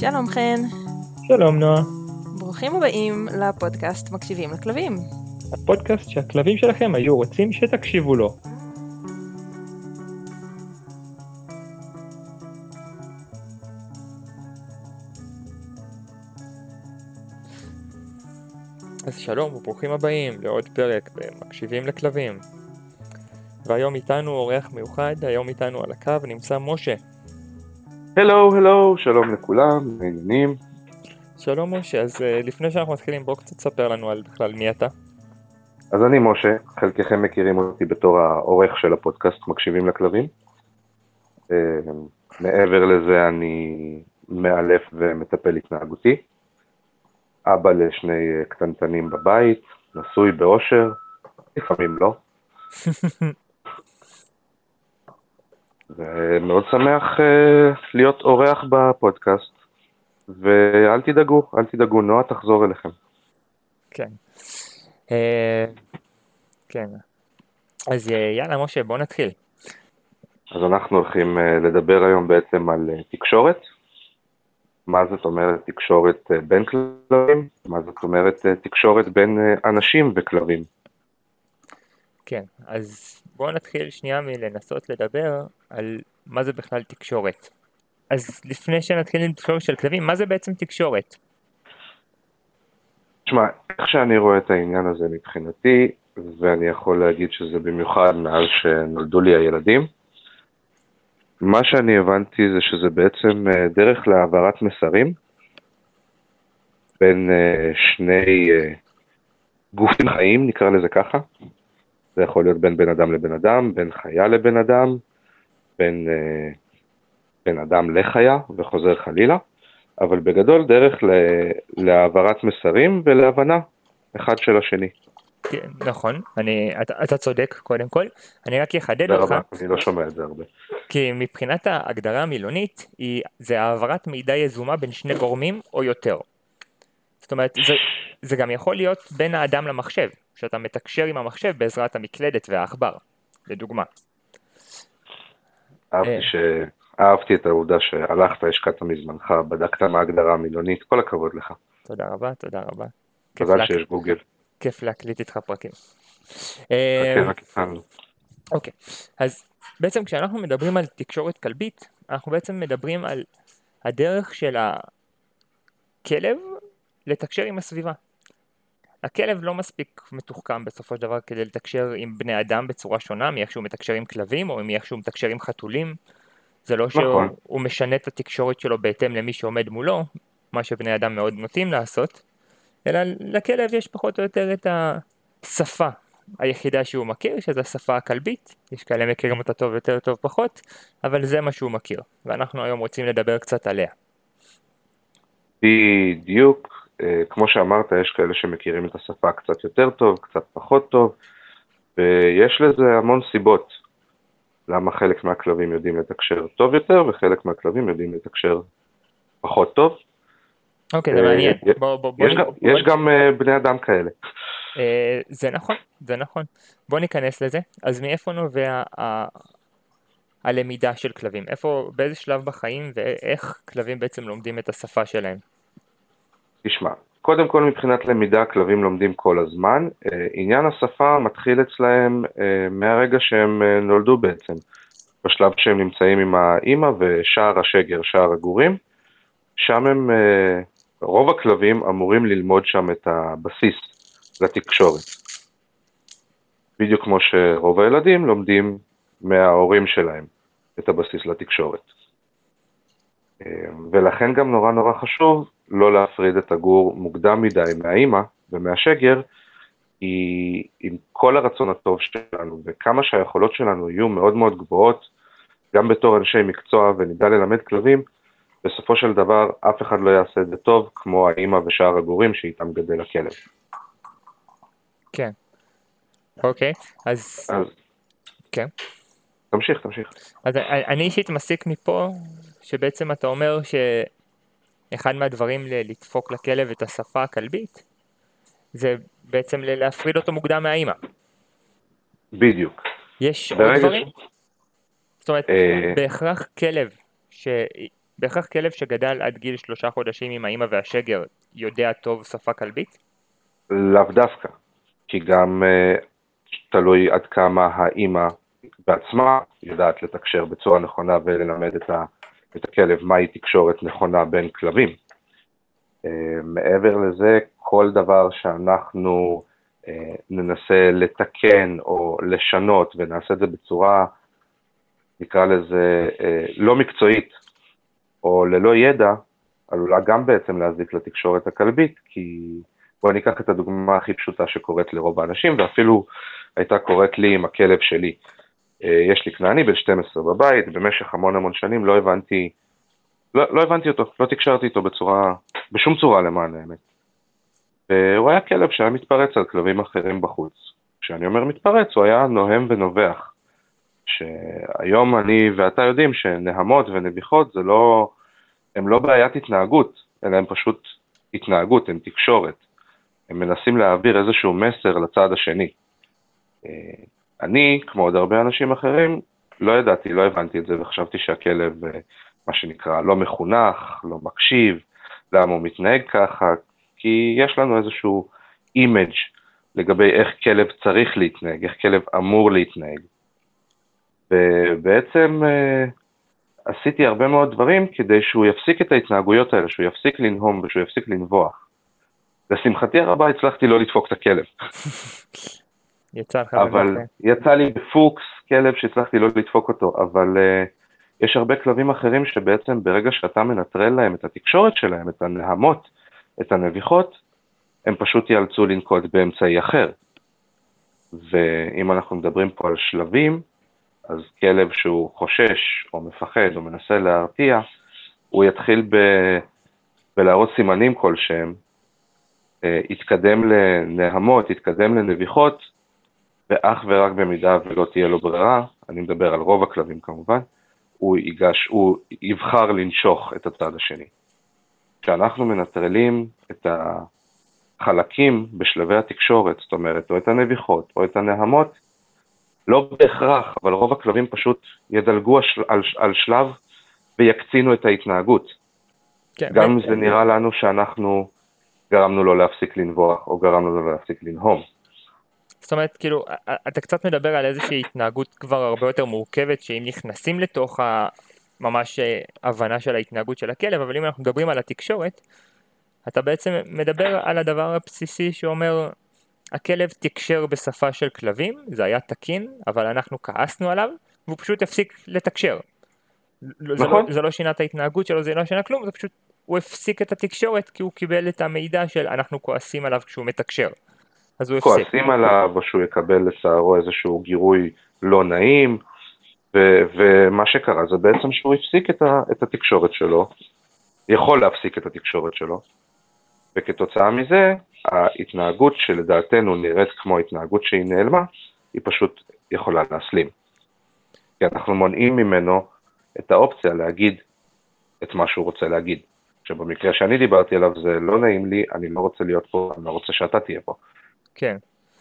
שלום חן, שלום נועה, ברוכים הבאים לפודקאסט מקשיבים לכלבים. הפודקאסט שהכלבים שלכם היו רוצים שתקשיבו לו. אז שלום וברוכים הבאים לעוד פרק במקשיבים לכלבים. והיום איתנו אורח מיוחד, היום איתנו על הקו נמצא משה. הלו, שלום לכולם, העניינים. שלום משה, אז לפני שאנחנו מתחילים בוא קצת ספר לנו על בכלל מי אתה. אז אני משה, חלקכם מכירים אותי בתור העורך של הפודקאסט מקשיבים לכלבים. מעבר לזה אני מאלף ומטפל התנהגותי. אבא לשני קטנטנים בבית, נשוי באושר, לפעמים לא. ומאוד שמח להיות אורח בפודקאסט. ואל תדאגו, נועה תחזור אליכם. כן. כן. אז יאללה משה, בוא נתחיל. אז אנחנו הולכים לדבר היום בעצם על תקשורת. מה זאת אומרת תקשורת בין כלבים? מה זאת אומרת תקשורת בין אנשים וכלבים? כן, אז בואו נתחיל שנייה מלנסות לדבר על מה זה בכלל תקשורת. אז לפני שנתחיל עם תקשורת של כלבים, מה זה בעצם תקשורת? תשמע, איך שאני רואה את העניין הזה מבחינתי, ואני יכול להגיד שזה במיוחד מאז שנולדו לי הילדים, מה שאני הבנתי זה שזה בעצם דרך להעברת מסרים בין שני גופים חיים, נקרא לזה ככה. זה יכול להיות בין בן אדם לבן אדם, בין חיה לבן אדם, בין בן אדם לחיה וחוזר חלילה, אבל בגדול דרך להעברת מסרים ולהבנה אחד של השני. כן, נכון, אתה צודק קודם כל, אני רק אחדד תודה אותך, רבה, אני לא שומע את זה הרבה. כי מבחינת ההגדרה המילונית, זה העברת מידע יזומה בין שני גורמים או יותר. זאת אומרת, זה גם יכול להיות בין האדם למחשב, שאתה מתקשר עם המחשב בעזרת המקלדת והעכבר, לדוגמה. אהבתי את העובדה שהלכת, השקעת מזמנך, בדקת מה ההגדרה המילונית, כל הכבוד לך. תודה רבה. מזל שיש גוגל. כיף להקליט איתך פרקים. רק התחלנו. אוקיי, אז בעצם כשאנחנו מדברים על תקשורת כלבית, אנחנו בעצם מדברים על הדרך של הכלב לתקשר עם הסביבה. הכלב לא מספיק מתוחכם בסופו של דבר כדי לתקשר עם בני אדם בצורה שונה מאיך שהוא מתקשר עם כלבים או מאיך שהוא מתקשר עם חתולים. זה לא נכון. שהוא משנה את התקשורת שלו בהתאם למי שעומד מולו, מה שבני אדם מאוד נוטים לעשות, אלא לכלב יש פחות או יותר את השפה היחידה שהוא מכיר, שזו השפה הכלבית. יש כאלה מכירים אותה טוב יותר טוב פחות, אבל זה מה שהוא מכיר, ואנחנו היום רוצים לדבר קצת עליה. בדיוק, כמו שאמרת, יש כאלה שמכירים את השפה קצת יותר טוב, קצת פחות טוב, ויש לזה המון סיבות. למה חלק מהכלבים יודעים לתקשר טוב יותר, וחלק מהכלבים יודעים לתקשר פחות טוב. אוקיי, זה מעניין. יש גם בני אדם כאלה. זה נכון. בוא ניכנס לזה. אז מאיפה נובע הלמידה של כלבים? באיזה שלב בחיים ואיך כלבים בעצם לומדים את השפה שלהם? תשמע, קודם כל מבחינת למידה, כלבים לומדים כל הזמן. עניין השפה מתחיל אצלהם מהרגע שהם נולדו בעצם. בשלב שהם נמצאים עם האמא ושער השגר, שער הגורים. שם רוב הכלבים אמורים ללמוד שם את הבסיס לתקשורת. בדיוק כמו שרוב הילדים לומדים מההורים שלהם את הבסיס לתקשורת. ולכן גם נורא חשוב לא להפריד את הגור מוקדם מדי מהאמא ומהשגר, כי עם כל הרצון הטוב שלנו וכמה שהיכולות שלנו יהיו מאוד מאוד גבוהות, גם בתור אנשי מקצוע ונדע ללמד כלבים, בסופו של דבר אף אחד לא יעשה את זה טוב כמו האמא ושאר הגורים שאיתם גדל הכלב. כן. אוקיי, אז כן. תמשיך. אז אני אישית מסיק מפה שבעצם אתה אומר שאחד מהדברים לדפוק לכלב את השפה הכלבית זה בעצם להפריד אותו מוקדם מהאמא. בדיוק. יש עוד דברים? זאת אומרת, בהכרח כלב בהכרח כלב שגדל עד גיל 3 חודשים עם האמא והשגר יודע טוב שפה כלבית? לאו דווקא, כי גם תלוי עד כמה האמא בעצמה יודעת לתקשר בצורה נכונה וללמד את הכלב מהי תקשורת נכונה בין כלבים. מעבר לזה, כל דבר שאנחנו ננסה לתקן או לשנות ונעשה את זה בצורה, נקרא לזה, לא מקצועית או ללא ידע, עלולה גם בעצם להזיק לתקשורת הכלבית, כי בואו ניקח את הדוגמה הכי פשוטה שקורית לרוב האנשים, ואפילו הייתה קורית לי עם הכלב שלי. יש לי כנעני בן 12 בבית, במשך המון שנים לא הבנתי אותו, לא תקשרתי איתו בשום צורה למען האמת. והוא היה כלב שהיה מתפרץ על כלבים אחרים בחוץ. כשאני אומר מתפרץ, הוא היה נוהם ונובח. שהיום אני ואתה יודעים שנהמות ונביחות הם לא בעיית התנהגות, אלא הם פשוט התנהגות, הם תקשורת. הם מנסים להעביר איזשהו מסר לצד השני. אני, כמו עוד הרבה אנשים אחרים, לא הבנתי את זה, וחשבתי שהכלב, מה שנקרא, לא מחונך, לא מקשיב, למה הוא מתנהג ככה, כי יש לנו איזשהו אימג' לגבי איך כלב צריך להתנהג, איך כלב אמור להתנהג. ובעצם עשיתי הרבה מאוד דברים כדי שהוא יפסיק את ההתנהגויות האלה, שהוא יפסיק לנהום ושהוא יפסיק לנבוח. לשמחתי הרבה הצלחתי לא לדפוק את הכלב. אבל יצא לי בפוקס כלב שהצלחתי לא לדפוק אותו, אבל יש הרבה כלבים אחרים שבעצם ברגע שאתה מנטרל להם את התקשורת שלהם, את הנהמות, את הנביחות, הם פשוט יאלצו לנקוט באמצעי אחר. ואם אנחנו מדברים פה על שלבים, אז כלב שהוא חושש או מפחד או מנסה להרתיע, הוא יתחיל בלהראות סימנים כלשהם, יתקדם לנהמות, יתקדם לנביחות, ואך ורק במידה ולא תהיה לו ברירה, אני מדבר על רוב הכלבים כמובן, הוא יבחר לנשוך את הצד השני. כשאנחנו מנטרלים את החלקים בשלבי התקשורת, זאת אומרת, או את הנביחות, או את הנהמות, לא בהכרח, אבל רוב הכלבים פשוט ידלגו על שלב ויקצינו את ההתנהגות. כן, גם אם זה נראה לנו שאנחנו גרמנו לו להפסיק לנבוח, או גרמנו לו להפסיק לנהום. זאת אומרת, כאילו, אתה קצת מדבר על איזושהי התנהגות כבר הרבה יותר מורכבת, שאם נכנסים לתוך ממש הבנה של ההתנהגות של הכלב, אבל אם אנחנו מדברים על התקשורת, אתה בעצם מדבר על הדבר הבסיסי שאומר, הכלב תקשר בשפה של כלבים, זה היה תקין, אבל אנחנו כעסנו עליו, והוא פשוט הפסיק לתקשר. נכון. זה לא שינה את ההתנהגות שלו, זה לא שינה כלום, זה פשוט, הוא הפסיק את התקשורת, כי הוא קיבל את המידע של אנחנו כועסים עליו כשהוא מתקשר. אז הוא הפסיק. כועסים עליו, או שהוא יקבל לצערו איזשהו גירוי לא נעים, ומה שקרה זה בעצם שהוא הפסיק את התקשורת שלו, יכול להפסיק את התקשורת שלו, וכתוצאה מזה, ההתנהגות שלדעתנו נראית כמו התנהגות שהיא נעלמה, היא פשוט יכולה להסלים. כי אנחנו מונעים ממנו את האופציה להגיד את מה שהוא רוצה להגיד. שבמקרה שאני דיברתי עליו זה לא נעים לי, אני לא רוצה להיות פה, אני לא רוצה שאתה תהיה פה. כן.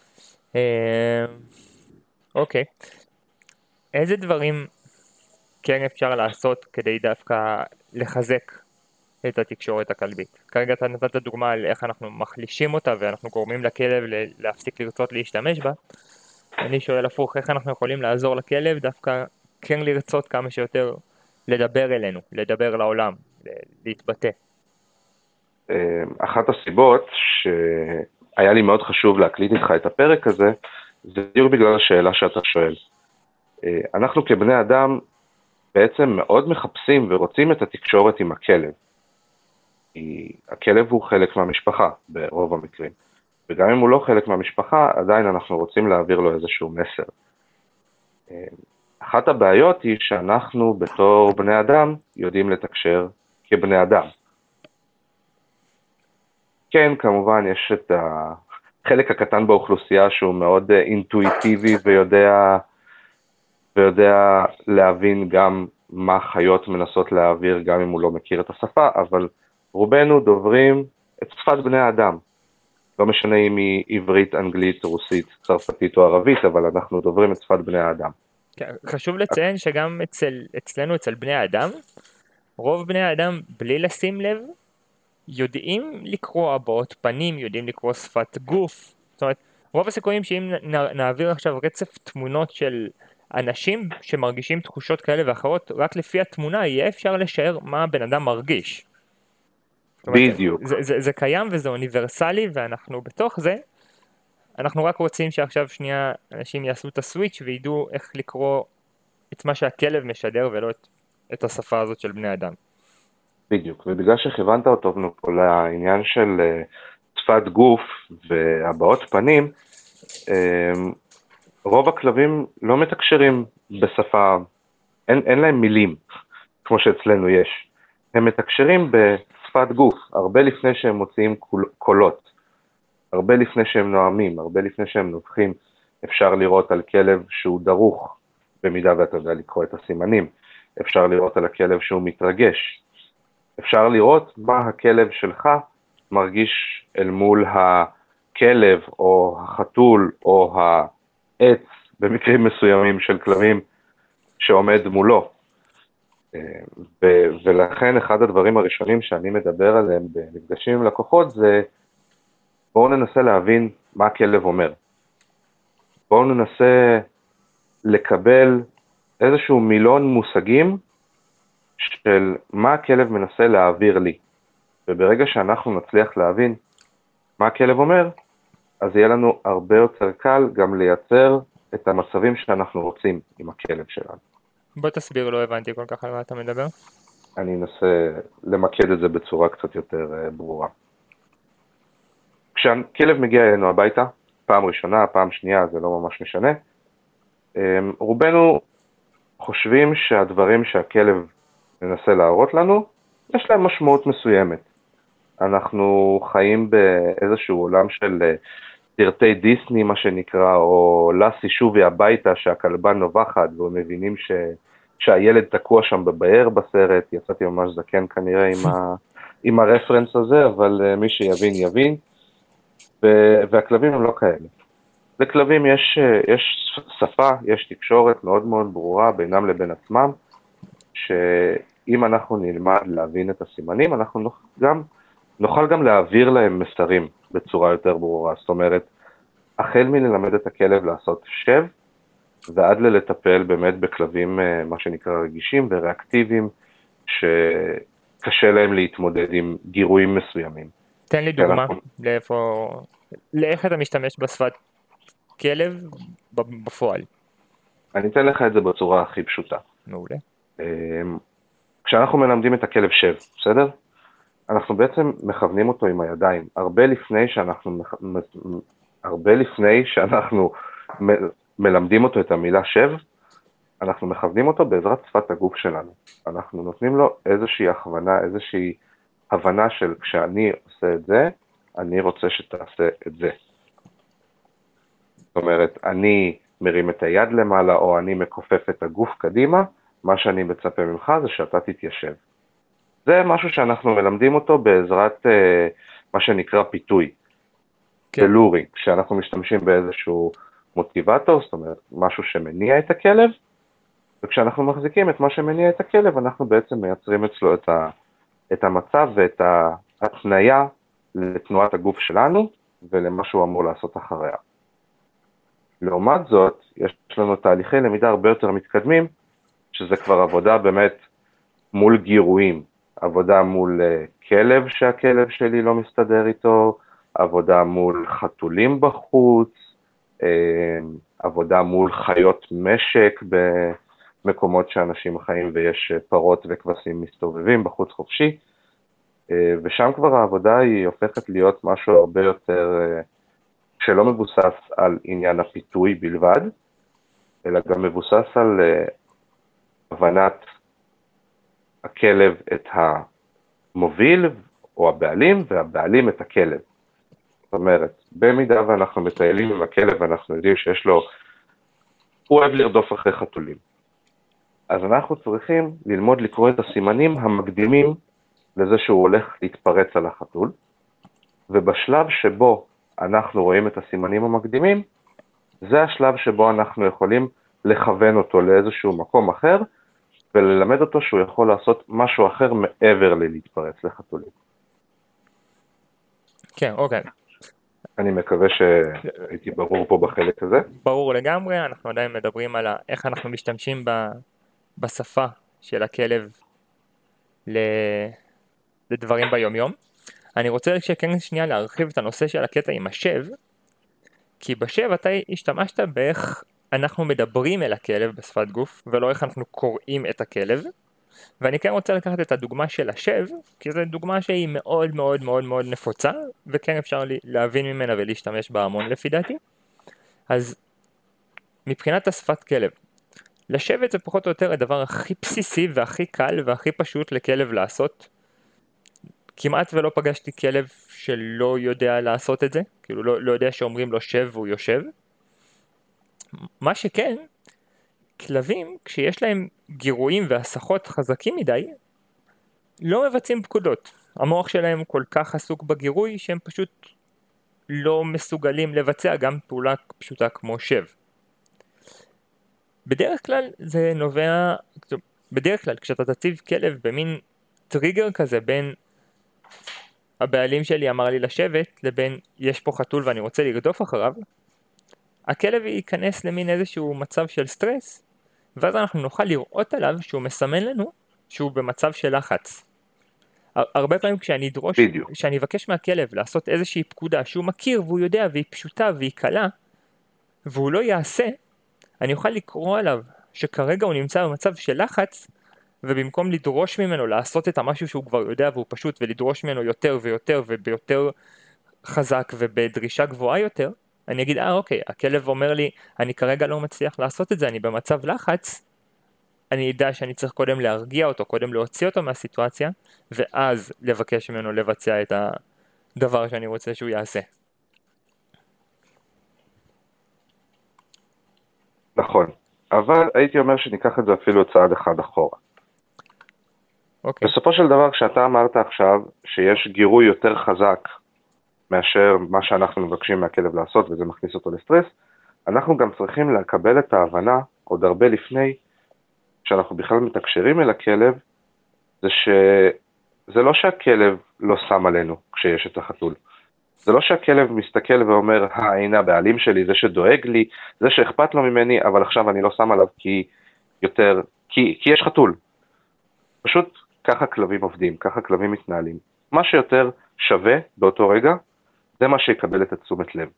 אוקיי. איזה דברים כן אפשר לעשות כדי דווקא לחזק את התקשורת הכלבית? כרגע אתה נתת דוגמה על איך אנחנו מחלישים אותה ואנחנו גורמים לכלב להפסיק לרצות להשתמש בה. אני שואל הפוך, איך אנחנו יכולים לעזור לכלב דווקא כן לרצות כמה שיותר לדבר אלינו, לדבר לעולם, להתבטא? אחת הסיבות שהיה לי מאוד חשוב להקליט איתך את הפרק הזה, זה בדיוק בגלל השאלה שאתה שואל. אנחנו כבני אדם בעצם מאוד מחפשים ורוצים את התקשורת עם הכלב. כי הכלב הוא חלק מהמשפחה ברוב המקרים. וגם אם הוא לא חלק מהמשפחה, עדיין אנחנו רוצים להעביר לו איזשהו מסר. אחת הבעיות היא שאנחנו בתור בני אדם יודעים לתקשר כבני אדם. כן, כמובן יש את החלק הקטן באוכלוסייה שהוא מאוד אינטואיטיבי ויודע להבין גם מה חיות מנסות להעביר גם אם הוא לא מכיר את השפה, אבל רובנו דוברים את שפת בני האדם. לא משנה אם היא עברית, אנגלית, רוסית, צרפתית או ערבית, אבל אנחנו דוברים את שפת בני האדם. חשוב לציין שגם אצלנו, אצל בני האדם, רוב בני האדם, בלי לשים לב, יודעים לקרוא הבעות פנים, יודעים לקרוא שפת גוף. זאת אומרת, רוב הסיכויים שאם נעביר עכשיו רצף תמונות של אנשים שמרגישים תחושות כאלה ואחרות, רק לפי התמונה יהיה אפשר לשער מה הבן אדם מרגיש. זאת אומרת, בדיוק. זה קיים וזה אוניברסלי, ואנחנו בתוך זה, אנחנו רק רוצים שעכשיו שנייה אנשים יעשו את הסוויץ' וידעו איך לקרוא את מה שהכלב משדר ולא את השפה הזאת של בני אדם. בדיוק, ובגלל שכיוונת אותנו פה לעניין של שפת גוף והבעות פנים, רוב הכלבים לא מתקשרים בשפה, אין להם מילים, כמו שאצלנו יש. הם מתקשרים בשפת גוף, הרבה לפני שהם מוציאים קולות, הרבה לפני שהם נואמים, הרבה לפני שהם נובחים. אפשר לראות על כלב שהוא דרוך, במידה ואתה יודע לקרוא את הסימנים. אפשר לראות על הכלב שהוא מתרגש. אפשר לראות מה הכלב שלך מרגיש אל מול הכלב או החתול או העץ, במקרים מסוימים של כלבים שעומד מולו. ולכן אחד הדברים הראשונים שאני מדבר עליהם במפגשים עם לקוחות זה, בואו ננסה להבין מה הכלב אומר. בואו ננסה לקבל איזשהו מילון מושגים של מה הכלב מנסה להעביר לי. וברגע שאנחנו נצליח להבין מה הכלב אומר, אז יהיה לנו הרבה יותר קל גם לייצר את המצבים שאנחנו רוצים עם הכלב שלנו. בוא תסביר, לא הבנתי כל כך על מה אתה מדבר. אני אנסה למקד את זה בצורה קצת יותר ברורה. כשהכלב מגיע אלינו הביתה, פעם ראשונה, פעם שנייה, זה לא ממש משנה, רובנו חושבים שהדברים שהכלב מנסה להראות לנו, יש להם משמעות מסוימת. אנחנו חיים באיזשהו עולם של סרטי דיסני, מה שנקרא, או לסי שובי הביתה שהכלבה נובחת, ומבינים שהילד תקוע שם בבאר בסרט. יצאתי ממש זקן כנראה עם הרפרנס הזה, אבל מי שיבין יבין. והכלבים הם לא כאלה. לכלבים יש שפה, יש תקשורת מאוד מאוד ברורה בינם לבין עצמם, שאם אנחנו נלמד להבין את הסימנים, אנחנו נוכל גם להעביר להם מסרים בצורה יותר ברורה. זאת אומרת, החל מללמד את הכלב לעשות שב, ועד לטפל באמת בכלבים, מה שנקרא רגישים וריאקטיביים, שקשה להם להתמודד עם גירויים מסוימים. תן לי דוגמה, לאיך אתה משתמש בשפת כלב בפועל. אני אתן לך את זה בצורה הכי פשוטה. מעולה. כשאנחנו מלמדים את הכלב שב, בסדר? אנחנו בעצם מכוונים אותו עם הידיים, הרבה לפני שאנחנו מלמדים אותו את המילה שב, אנחנו מכוונים אותו בעזרת שפת הגוף שלנו. אנחנו נותנים לו איזושהי הכוונה, איזושהי הבנה של כשאני עושה את זה, אני רוצה שתעשה את זה. זאת אומרת, אני מרים את היד למעלה, או אני מכופף את הגוף קדימה, מה שאני מצפה ממך זה שאתה תתיישב. זה משהו שאנחנו מלמדים אותו בעזרת מה שנקרא פיתוי, בלורינג, כשאנחנו משתמשים באיזשהו מוטיבטור, זאת אומרת, משהו שמניע את הכלב, וכשאנחנו מחזיקים את מה שמניע את הכלב, אנחנו בעצם מייצרים אצלו את המצב ואת ההתניה לתנועת הגוף שלנו, ולמה שהוא אמור לעשות אחריה. לעומת זאת, יש לנו תהליכי למידה הרבה יותר מתקדמים, שזה כבר עבודה באמת מול גירויים, עבודה מול כלב שהכלב שלי לא מסתדר איתו, עבודה מול חתולים בחוץ, עבודה מול חיות משק במקומות שאנשים חיים ויש פרות וכבשים מסתובבים בחוץ חופשי, ושם כבר העבודה היא הופכת להיות משהו הרבה יותר שלא מבוסס על עניין הפיתוי בלבד, אלא גם מבוסס על הבנת הכלב את המוביל או הבעלים, והבעלים את הכלב. זאת אומרת, במידה ואנחנו מטיילים עם הכלב ואנחנו יודעים שיש לו, הוא אוהב לרדוף אחרי חתולים. אז אנחנו צריכים ללמוד לקרוא את הסימנים המקדימים לזה שהוא הולך להתפרץ על החתול, ובשלב שבו אנחנו רואים את הסימנים המקדימים, זה השלב שבו אנחנו יכולים לכוון אותו לאיזשהו מקום אחר, וללמד אותו שהוא יכול לעשות משהו אחר מעבר ללהתפרץ לחתולים. כן, אוקיי. אני מקווה שהייתי ברור פה בחלק הזה. ברור לגמרי, אנחנו עדיין מדברים על איך אנחנו משתמשים בשפה של הכלב לדברים ביומיום. אני רוצה שכן שנייה להרחיב את הנושא של הקטע עם השב, כי בשב אתה השתמשת באיך אנחנו מדברים אל הכלב בשפת גוף, ולא איך אנחנו קוראים את הכלב. ואני כן רוצה לקחת את הדוגמה של השב, כי זו דוגמה שהיא מאוד מאוד מאוד מאוד נפוצה, וכן אפשר להבין ממנה ולהשתמש בה המון לפי דעתי. אז מבחינת השפת כלב, לשבת זה פחות או יותר הדבר הכי בסיסי והכי קל והכי פשוט לכלב לעשות. כמעט ולא פגשתי כלב שלא יודע לעשות את זה, כאילו לא יודע שאומרים לו שב והוא יושב. מה שכן, כלבים, כשיש להם גירויים והסחות חזקים מדי, לא מבצעים פקודות. המוח שלהם הוא כל כך עסוק בגירוי שהם פשוט לא מסוגלים לבצע גם פעולה פשוטה כמו שב. בדרך כלל זה נובע, בדרך כלל כשאתה תציב כלב במין טריגר כזה בין הבעלים שלי אמר לי לשבת לבין יש פה חתול ואני רוצה לרדוף אחריו, הכלב ייכנס למין איזשהו מצב של סטרס, ואז אנחנו נוכל לראות עליו שהוא מסמן לנו שהוא במצב של לחץ. הרבה פעמים כשאני אבקש מהכלב לעשות איזושהי פקודה שהוא מכיר והוא יודע והיא פשוטה והיא קלה, והוא לא יעשה, אני אוכל לקרוא עליו שכרגע הוא נמצא במצב של לחץ, ובמקום לדרוש ממנו לעשות את המשהו שהוא כבר יודע והוא פשוט, ולדרוש ממנו יותר ויותר וביותר חזק ובדרישה גבוהה יותר, אני אגיד, אוקיי, הכלב אומר לי, אני כרגע לא מצליח לעשות את זה, אני במצב לחץ, אני יודע שאני צריך קודם להרגיע אותו, קודם להוציא אותו מהסיטואציה, ואז לבקש ממנו לבצע את הדבר שאני רוצה שהוא יעשה. נכון, אבל הייתי אומר שניקח את זה אפילו צעד אחד אחורה. אוקיי. בסופו של דבר, כשאתה אמרת עכשיו שיש גירוי יותר חזק מאשר מה שאנחנו מבקשים מהכלב לעשות, וזה מכניס אותו לסטרס, אנחנו גם צריכים לקבל את ההבנה, עוד הרבה לפני, שאנחנו בכלל מתקשרים אל הכלב, זה שזה לא שהכלב לא שם עלינו כשיש את החתול. זה לא שהכלב מסתכל ואומר, הנה הבעלים שלי, זה שדואג לי, זה שאכפת לו ממני, אבל עכשיו אני לא שם עליו כי יש חתול. פשוט ככה כלבים עובדים, ככה כלבים מתנהלים. מה שיותר שווה באותו רגע, זה מה שיקבל את התשומת לב.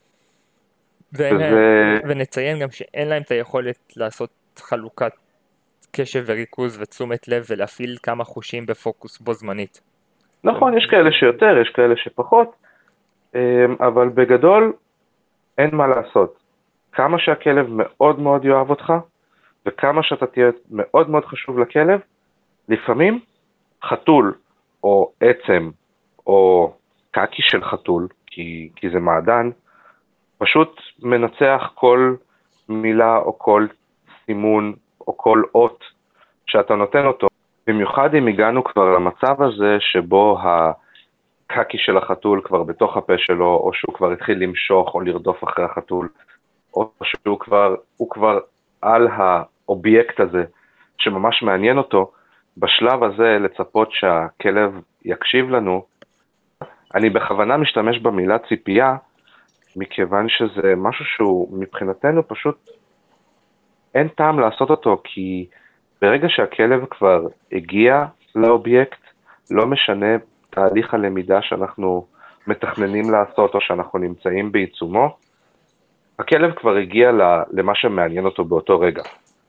ונציין גם שאין להם את היכולת לעשות חלוקת קשב וריכוז ותשומת לב ולהפעיל כמה חושים בפוקוס בו זמנית. נכון, יש כאלה שיותר, יש כאלה שפחות, אבל בגדול אין מה לעשות. כמה שהכלב מאוד מאוד יאהב אותך, וכמה שאתה תהיה מאוד מאוד חשוב לכלב, לפעמים חתול או עצם או קקי של חתול, כי זה מעדן, פשוט מנצח כל מילה או כל סימון או כל אות שאתה נותן אותו. במיוחד אם הגענו כבר למצב הזה שבו הקקי של החתול כבר בתוך הפה שלו, או שהוא כבר התחיל למשוך או לרדוף אחרי החתול, או שהוא כבר על האובייקט הזה שממש מעניין אותו, בשלב הזה לצפות שהכלב יקשיב לנו. אני בכוונה משתמש במילה ציפייה, מכיוון שזה משהו שהוא מבחינתנו פשוט אין טעם לעשות אותו, כי ברגע שהכלב כבר הגיע לאובייקט, לא משנה תהליך הלמידה שאנחנו מתכננים לעשות או שאנחנו נמצאים בעיצומו, הכלב כבר הגיע למה שמעניין אותו באותו רגע.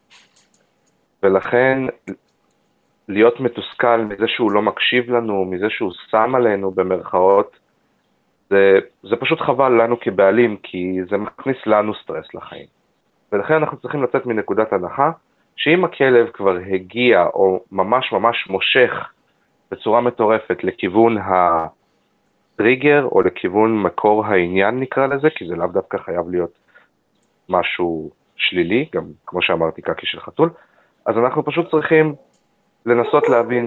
ולכן להיות מתוסכל מזה שהוא לא מקשיב לנו, מזה שהוא שם עלינו במרכאות, זה פשוט חבל לנו כבעלים, כי זה מכניס לנו סטרס לחיים. ולכן אנחנו צריכים לצאת מנקודת הנחה, שאם הכלב כבר הגיע או ממש ממש מושך בצורה מטורפת לכיוון הטריגר או לכיוון מקור העניין נקרא לזה, כי זה לאו דווקא חייב להיות משהו שלילי, גם כמו שאמרתי קקי של חתול, אז אנחנו פשוט צריכים לנסות להבין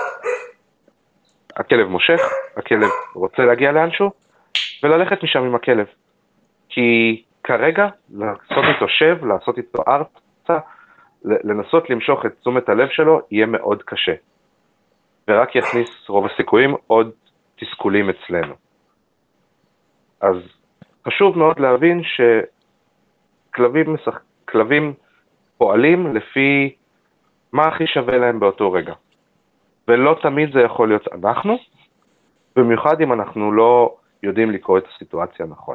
שהכלב מושך, הכלב רוצה להגיע לאנשהו, וללכת משם עם הכלב. כי כרגע לעשות איתו שב, לעשות איתו ארצה, לנסות למשוך את תשומת הלב שלו יהיה מאוד קשה, ורק יכניס רוב הסיכויים עוד תסכולים אצלנו. אז חשוב מאוד להבין שכלבים פועלים לפי מה הכי שווה להם באותו רגע, ולא תמיד זה יכול להיות אנחנו, במיוחד אם אנחנו לא יודעים לקרוא את הסיטואציה נכון.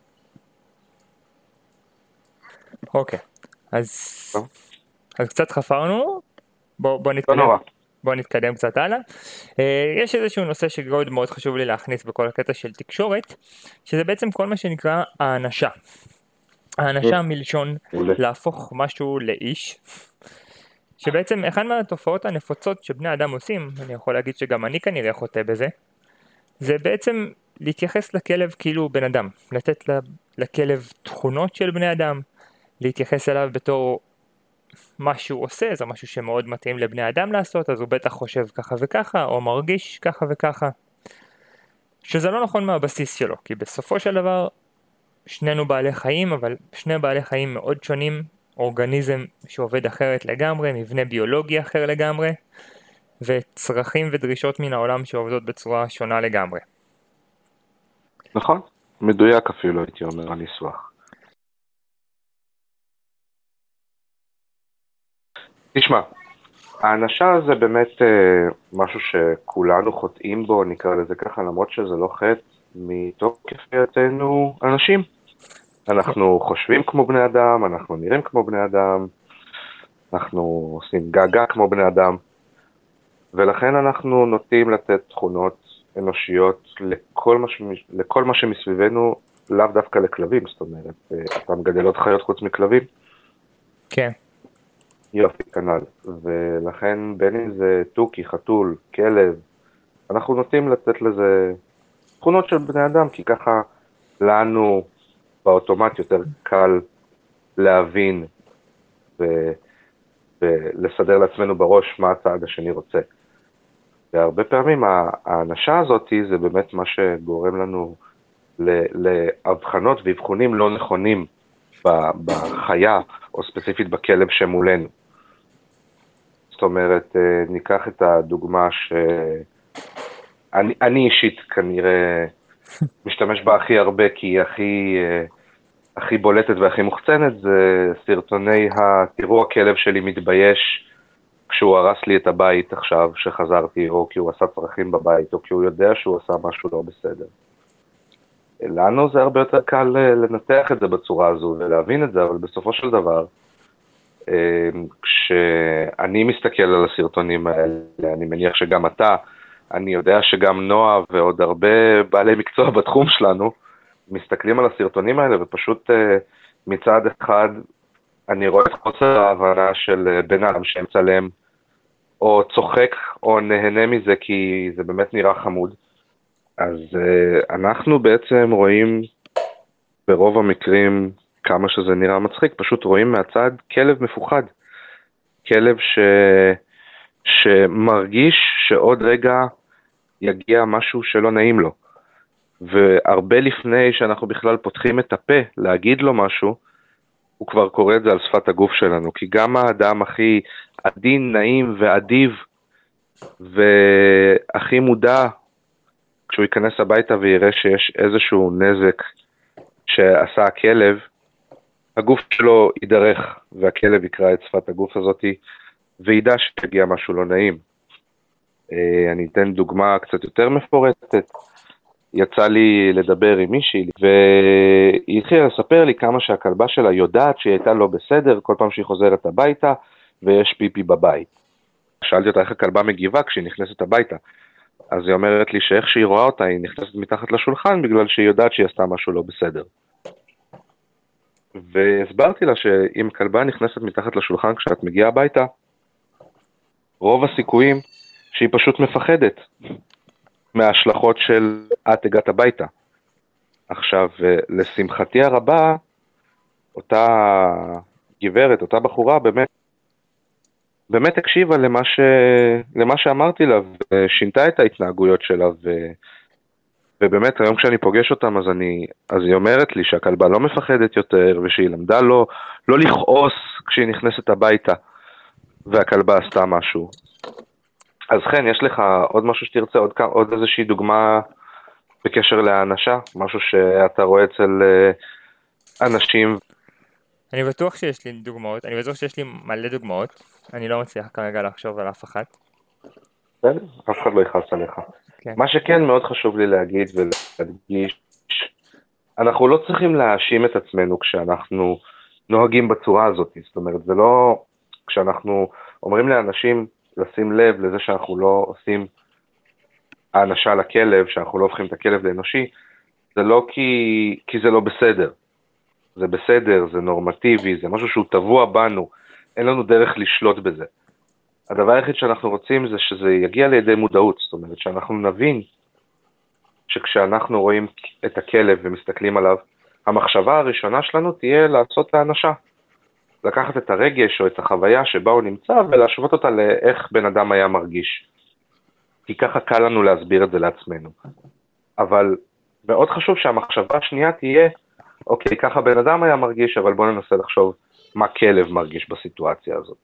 אוקיי, אז קצת חפרנו, בוא נתקדם. לא נורא. בוא נתקדם קצת הלאה. יש איזשהו נושא שגוד מאוד חשוב לי להכניס בכל הקטע של תקשורת, שזה בעצם כל מה שנקרא האנשה. האנשה מלשון להפוך משהו לאיש, שבעצם אחד מהתופעות הנפוצות שבני אדם עושים, אני יכול להגיד שגם אני כנראה חוטא בזה, זה בעצם להתייחס לכלב כאילו בן אדם, לתת לכלב תכונות של בני אדם, להתייחס אליו בתור מה שהוא עושה, זה משהו שמאוד מתאים לבני אדם לעשות, אז הוא בטח חושב ככה וככה, או מרגיש ככה וככה, שזה לא נכון מהבסיס שלו, כי בסופו של דבר, שנינו בעלי חיים, אבל שני בעלי חיים מאוד שונים, אורגניזם שעובד אחרת לגמרי, מבנה ביולוגי אחר לגמרי, וצרכים ודרישות מן העולם שעובדות בצורה שונה לגמרי. נכון, מדויק אפילו הייתי אומר הניסוח. תשמע, האנשה זה באמת משהו שכולנו חוטאים בו, נקרא לזה ככה, למרות שזה לא חטא, מתוקף היותנו אנשים. אנחנו חושבים כמו בני אדם, אנחנו נראים כמו בני אדם, אנחנו עושים געגע כמו בני אדם, ולכן אנחנו נוטים לתת תכונות אנושיות לכל מה שמסביבנו, לאו דווקא לכלבים, זאת אומרת, אתה מגדל עוד חיות חוץ מכלבים? כן. יופי, כנ"ל. ולכן בין אם זה טוקי, חתול, כלב, אנחנו נוטים לתת לזה תכונות של בני אדם, כי ככה לנו באוטומט יותר קל להבין ולסדר לעצמנו בראש מה הצעד השני רוצה. והרבה פעמים האנשה הזאת זה באמת מה שגורם לנו להבחנות ואבחונים לא נכונים בחיה, או ספציפית בכלב שמולנו. זאת אומרת, ניקח את הדוגמה שאני אישית כנראה משתמש בה הכי הרבה, כי היא הכי בולטת והכי מוחצנת, זה סרטוני תראו הכלב שלי מתבייש כשהוא הרס לי את הבית עכשיו שחזרתי, או כי הוא עשה צרכים בבית, או כי הוא יודע שהוא עשה משהו לא בסדר. לנו זה הרבה יותר קל לנתח את זה בצורה הזו ולהבין את זה, אבל בסופו של דבר, כשאני מסתכל על הסרטונים האלה, אני מניח שגם אתה, אני יודע שגם נועה ועוד הרבה בעלי מקצוע בתחום שלנו, מסתכלים על הסרטונים האלה ופשוט מצד אחד אני רואה את חוסר ההבנה של בן אדם שמצלם, או צוחק או נהנה מזה כי זה באמת נראה חמוד. אז אנחנו בעצם רואים ברוב המקרים כמה שזה נראה מצחיק, פשוט רואים מהצד כלב מפוחד. כלב שמרגיש שעוד רגע יגיע משהו שלא נעים לו. והרבה לפני שאנחנו בכלל פותחים את הפה להגיד לו משהו, הוא כבר קורא את זה על שפת הגוף שלנו. כי גם האדם הכי עדין, נעים ועדיב והכי מודע, כשהוא ייכנס הביתה ויראה שיש איזשהו נזק שעשה הכלב, הגוף שלו יידרך, והכלב יקרא את שפת הגוף הזאת, וידע שתגיע משהו לא נעים. אני אתן דוגמה קצת יותר מפורטת. יצא לי לדבר עם מישהי, והיא התחילה לספר לי כמה שהכלבה שלה יודעת שהיא הייתה לא בסדר, כל פעם שהיא חוזרת הביתה, ויש פיפי בבית. שאלתי אותה איך הכלבה מגיבה כשהיא נכנסת הביתה. אז היא אומרת לי שאיך שהיא רואה אותה, היא נכנסת מתחת לשולחן, בגלל שהיא יודעת שהיא עשתה משהו לא בסדר. והסברתי לה שאם כלבה נכנסת מתחת לשולחן כשאת מגיעה הביתה, רוב הסיכויים שהיא פשוט מפחדת מההשלכות של את הגעת הביתה. עכשיו, לשמחתי הרבה, אותה גברת, אותה בחורה, באמת הקשיבה למה שאמרתי לה, ושינתה את ההתנהגויות שלה, ובאמת היום כשאני פוגש אותם, אז היא אומרת לי שהכלבה לא מפחדת יותר, ושהיא למדה לא לכעוס כשהיא נכנסת הביתה, והכלבה עשתה משהו. אז כן, יש לך עוד משהו שתרצה, עוד איזושהי דוגמה בקשר להאנשה, משהו שאתה רואה אצל אנשים. אני בטוח שיש לי דוגמאות, אני בטוח שיש לי מלא דוגמאות, אני לא מצליח כרגע לחשוב על אף אחת. בסדר, אף אחד לא יכעס עליך. כן. מה שכן מאוד חשוב לי להגיד ולהדגיש, אנחנו לא צריכים להאשים את עצמנו כשאנחנו נוהגים בצורה הזאת. זאת אומרת, זה לא, כשאנחנו אומרים לאנשים לשים לב לזה שאנחנו לא עושים האנשה לכלב, שאנחנו לא הופכים את הכלב לאנושי, זה לא כי זה לא בסדר. זה בסדר, זה נורמטיבי, זה משהו שהוא טבוע בנו, אין לנו דרך לשלוט בזה. הדבר היחיד שאנחנו רוצים זה שזה יגיע לידי מודעות, זאת אומרת שאנחנו נבין שכשאנחנו רואים את הכלב ומסתכלים עליו, המחשבה הראשונה שלנו תהיה לעשות האנשה. לקחת את הרגש או את החוויה שבה הוא נמצא ולהשוות אותה לאיך בן אדם היה מרגיש. כי ככה קל לנו להסביר את זה לעצמנו. אבל מאוד חשוב שהמחשבה השנייה תהיה, אוקיי, ככה בן אדם היה מרגיש, אבל בואו ננסה לחשוב מה כלב מרגיש בסיטואציה הזאת.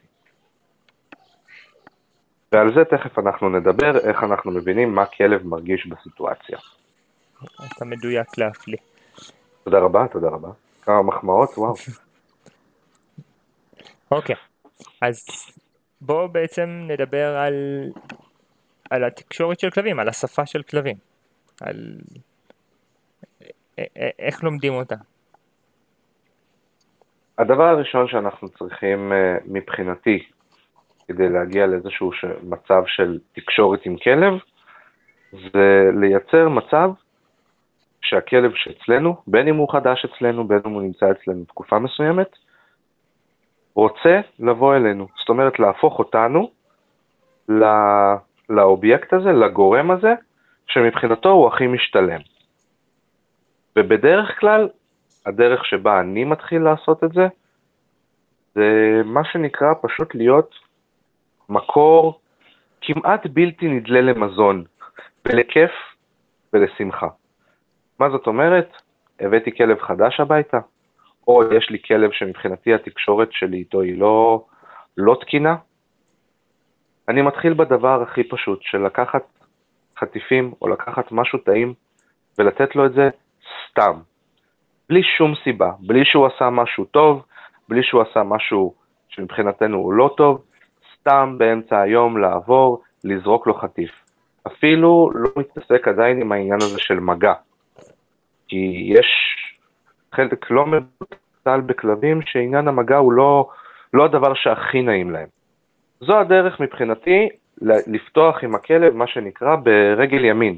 ועל זה תכף אנחנו נדבר, איך אנחנו מבינים מה כלב מרגיש בסיטואציה. אתה מדויק להפליא. תודה רבה, תודה רבה. כמה מחמאות, וואו. אוקיי, אז בואו בעצם נדבר על התקשורת של כלבים, על השפה של כלבים, על איך לומדים אותה. הדבר הראשון שאנחנו צריכים מבחינתי, כדי להגיע לאיזשהו מצב של תקשורת עם כלב, זה לייצר מצב שהכלב שאצלנו, בין אם הוא חדש אצלנו, בין אם הוא נמצא אצלנו תקופה מסוימת, רוצה לבוא אלינו. זאת אומרת, להפוך אותנו לאובייקט הזה, לגורם הזה, שמבחינתו הוא הכי משתלם. ובדרך כלל, הדרך שבה אני מתחיל לעשות את זה, זה מה שנקרא פשוט להיות מקור כמעט בלתי נדלה למזון, ולכיף ולשמחה. מה זאת אומרת? הבאתי כלב חדש הביתה, או יש לי כלב שמבחינתי התקשורת שלי איתו היא לא תקינה. אני מתחיל בדבר הכי פשוט, של לקחת חטיפים או לקחת משהו טעים, ולתת לו את זה סתם. בלי שום סיבה, בלי שהוא עשה משהו טוב, בלי שהוא עשה משהו שמבחינתנו הוא לא טוב, סתם באמצע היום לעבור, לזרוק לו חטיף. אפילו לא מתעסק עדיין עם העניין הזה של מגע. כי יש חלק לא מבוטל בכלבים שעניין המגע הוא לא הדבר שהכי נעים להם. זו הדרך מבחינתי לפתוח עם הכלב, מה שנקרא, ברגל ימין.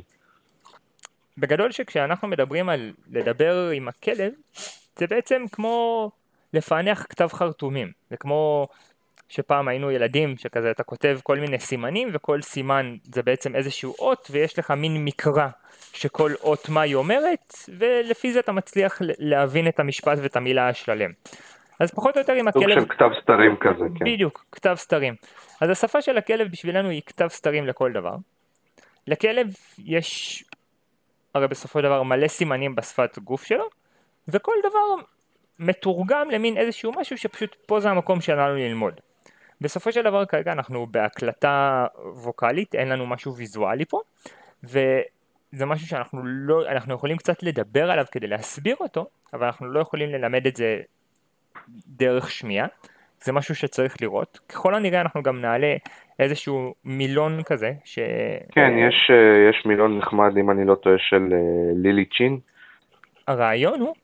בגדול שכשאנחנו מדברים על לדבר עם הכלב, זה בעצם כמו לפענח כתב חרטומים. זה כמו שפעם היינו ילדים שכזה אתה כותב כל מיני סימנים, וכל סימן זה בעצם איזשהו אות, ויש לך מין מקרא שכל אות מה היא אומרת, ולפי זה אתה מצליח להבין את המשפט ואת המילה השלם. אז פחות או יותר עם הכלב... סוג של כתב סתרים כזה, כן. בדיוק, כתב סתרים. אז השפה של הכלב בשבילנו היא כתב סתרים לכל דבר. לכלב יש, הרי בסופו של דבר, מלא סימנים בשפת גוף שלו, וכל דבר מתורגם למין איזשהו משהו שפשוט פה זה המקום שלנו ללמוד. בסופו של דבר כרגע אנחנו בהקלטה ווקלית, אין לנו משהו ויזואלי פה, וזה משהו שאנחנו לא, אנחנו יכולים קצת לדבר עליו כדי להסביר אותו, אבל אנחנו לא יכולים ללמד את זה דרך שמיעה. זה משהו שצריך לראות. ככל הנראה אנחנו גם נעלה איזשהו מילון כזה כן, יש מילון נחמד, אם אני לא טועה, של לילי צ'ין. הרעיון הוא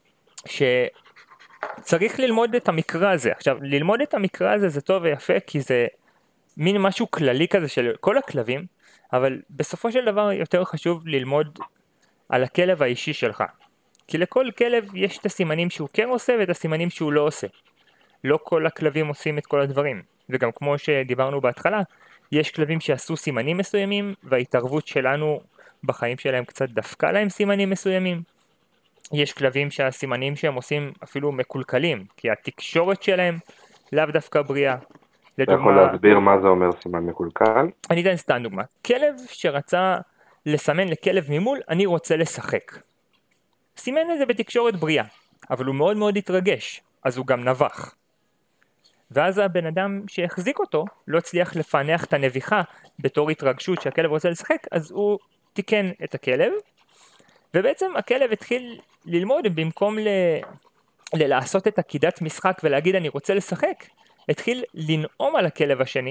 שצריך ללמוד את המקרא הזה. עכשיו, ללמוד את המקרא הזה זה טוב ויפה, כי זה מין משהו כללי כזה של כל הכלבים, אבל בסופו של דבר יותר חשוב ללמוד על הכלב האישי שלך. כי לכל כלב יש את הסימנים שהוא כן עושה ואת הסימנים שהוא לא עושה. לא כל הכלבים עושים את כל הדברים. וגם כמו שדיברנו בהתחלה, יש כלבים שעשו סימנים מסוימים, וההתערבות שלנו בחיים שלהם קצת דפקה להם סימנים מסוימים. יש כלבים שהסימנים שהם עושים אפילו מקולקלים, כי התקשורת שלהם לאו דווקא בריאה. אתה יכול להסביר מה זה אומר סימן מקולקל? אני אתן סתם דוגמה. כלב שרצה לסמן לכלב ממול, אני רוצה לשחק. סימן את זה בתקשורת בריאה, אבל הוא מאוד מאוד התרגש, אז הוא גם נבח. ואז הבן אדם שהחזיק אותו לא הצליח לפענח את הנביחה בתור התרגשות שהכלב רוצה לשחק, אז הוא תיקן את הכלב, ובעצם הכלב התחיל ללמוד במקום לעשות את עקידת משחק ולהגיד אני רוצה לשחק, התחיל לנעום על הכלב השני,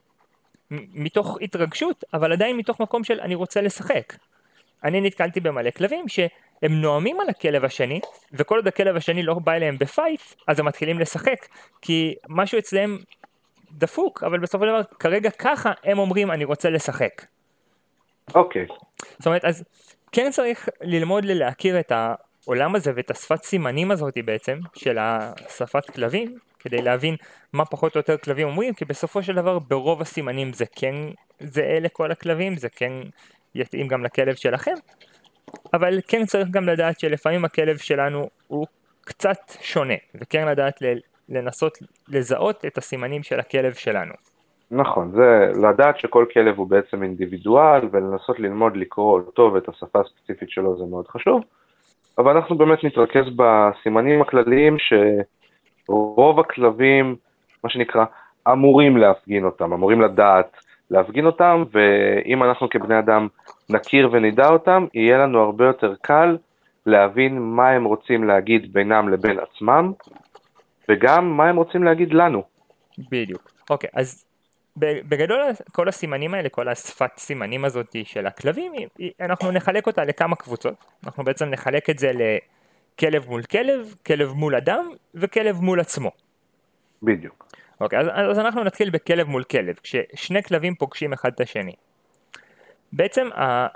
מתוך התרגשות, אבל עדיין מתוך מקום של אני רוצה לשחק. אני נתקלתי במלא כלבים שהם נועמים על הכלב השני, וכל עוד הכלב השני לא בא אליהם בפייט, אז הם מתחילים לשחק, כי משהו אצלם דפוק, אבל בסופו של דבר, כרגע ככה הם אומרים אני רוצה לשחק. אוקיי. זאת אומרת, אז כן צריך ללמוד להכיר את העולם הזה ואת השפת סימנים הזאת בעצם, של השפת כלבים, כדי להבין מה פחות או יותר כלבים אומרים, כי בסופו של דבר ברוב הסימנים זה כן זהה לכל הכלבים, זה כן יתאים גם לכלב שלכם, אבל כן צריך גם לדעת שלפעמים הכלב שלנו הוא קצת שונה, וכן לדעת לנסות לזהות את הסימנים של הכלב שלנו. נכון, זה לדעת שכל כלב הוא בעצם אינדיבידואל, ולנסות ללמוד לקרוא טוב את השפה הספציפית שלו זה מאוד חשוב, אבל אנחנו באמת נתרכז בסימנים הכלליים שרוב הכלבים, מה שנקרא, אמורים להפגין אותם, אמורים לדעת להפגין אותם, ואם אנחנו כבני אדם נכיר ונדע אותם, יהיה לנו הרבה יותר קל להבין מה הם רוצים להגיד בינם לבין עצמם, וגם מה הם רוצים להגיד לנו. בדיוק. אוקיי, אז בגדול כל הסימנים האלה, כל השפת סימנים הזאת של הכלבים, אנחנו נחלק אותה לכמה קבוצות. אנחנו בעצם נחלק את זה לכלב מול כלב, כלב מול אדם וכלב מול עצמו. בדיוק. אוקיי, אז אנחנו נתחיל בכלב מול כלב, כששני כלבים פוגשים אחד את השני. בעצם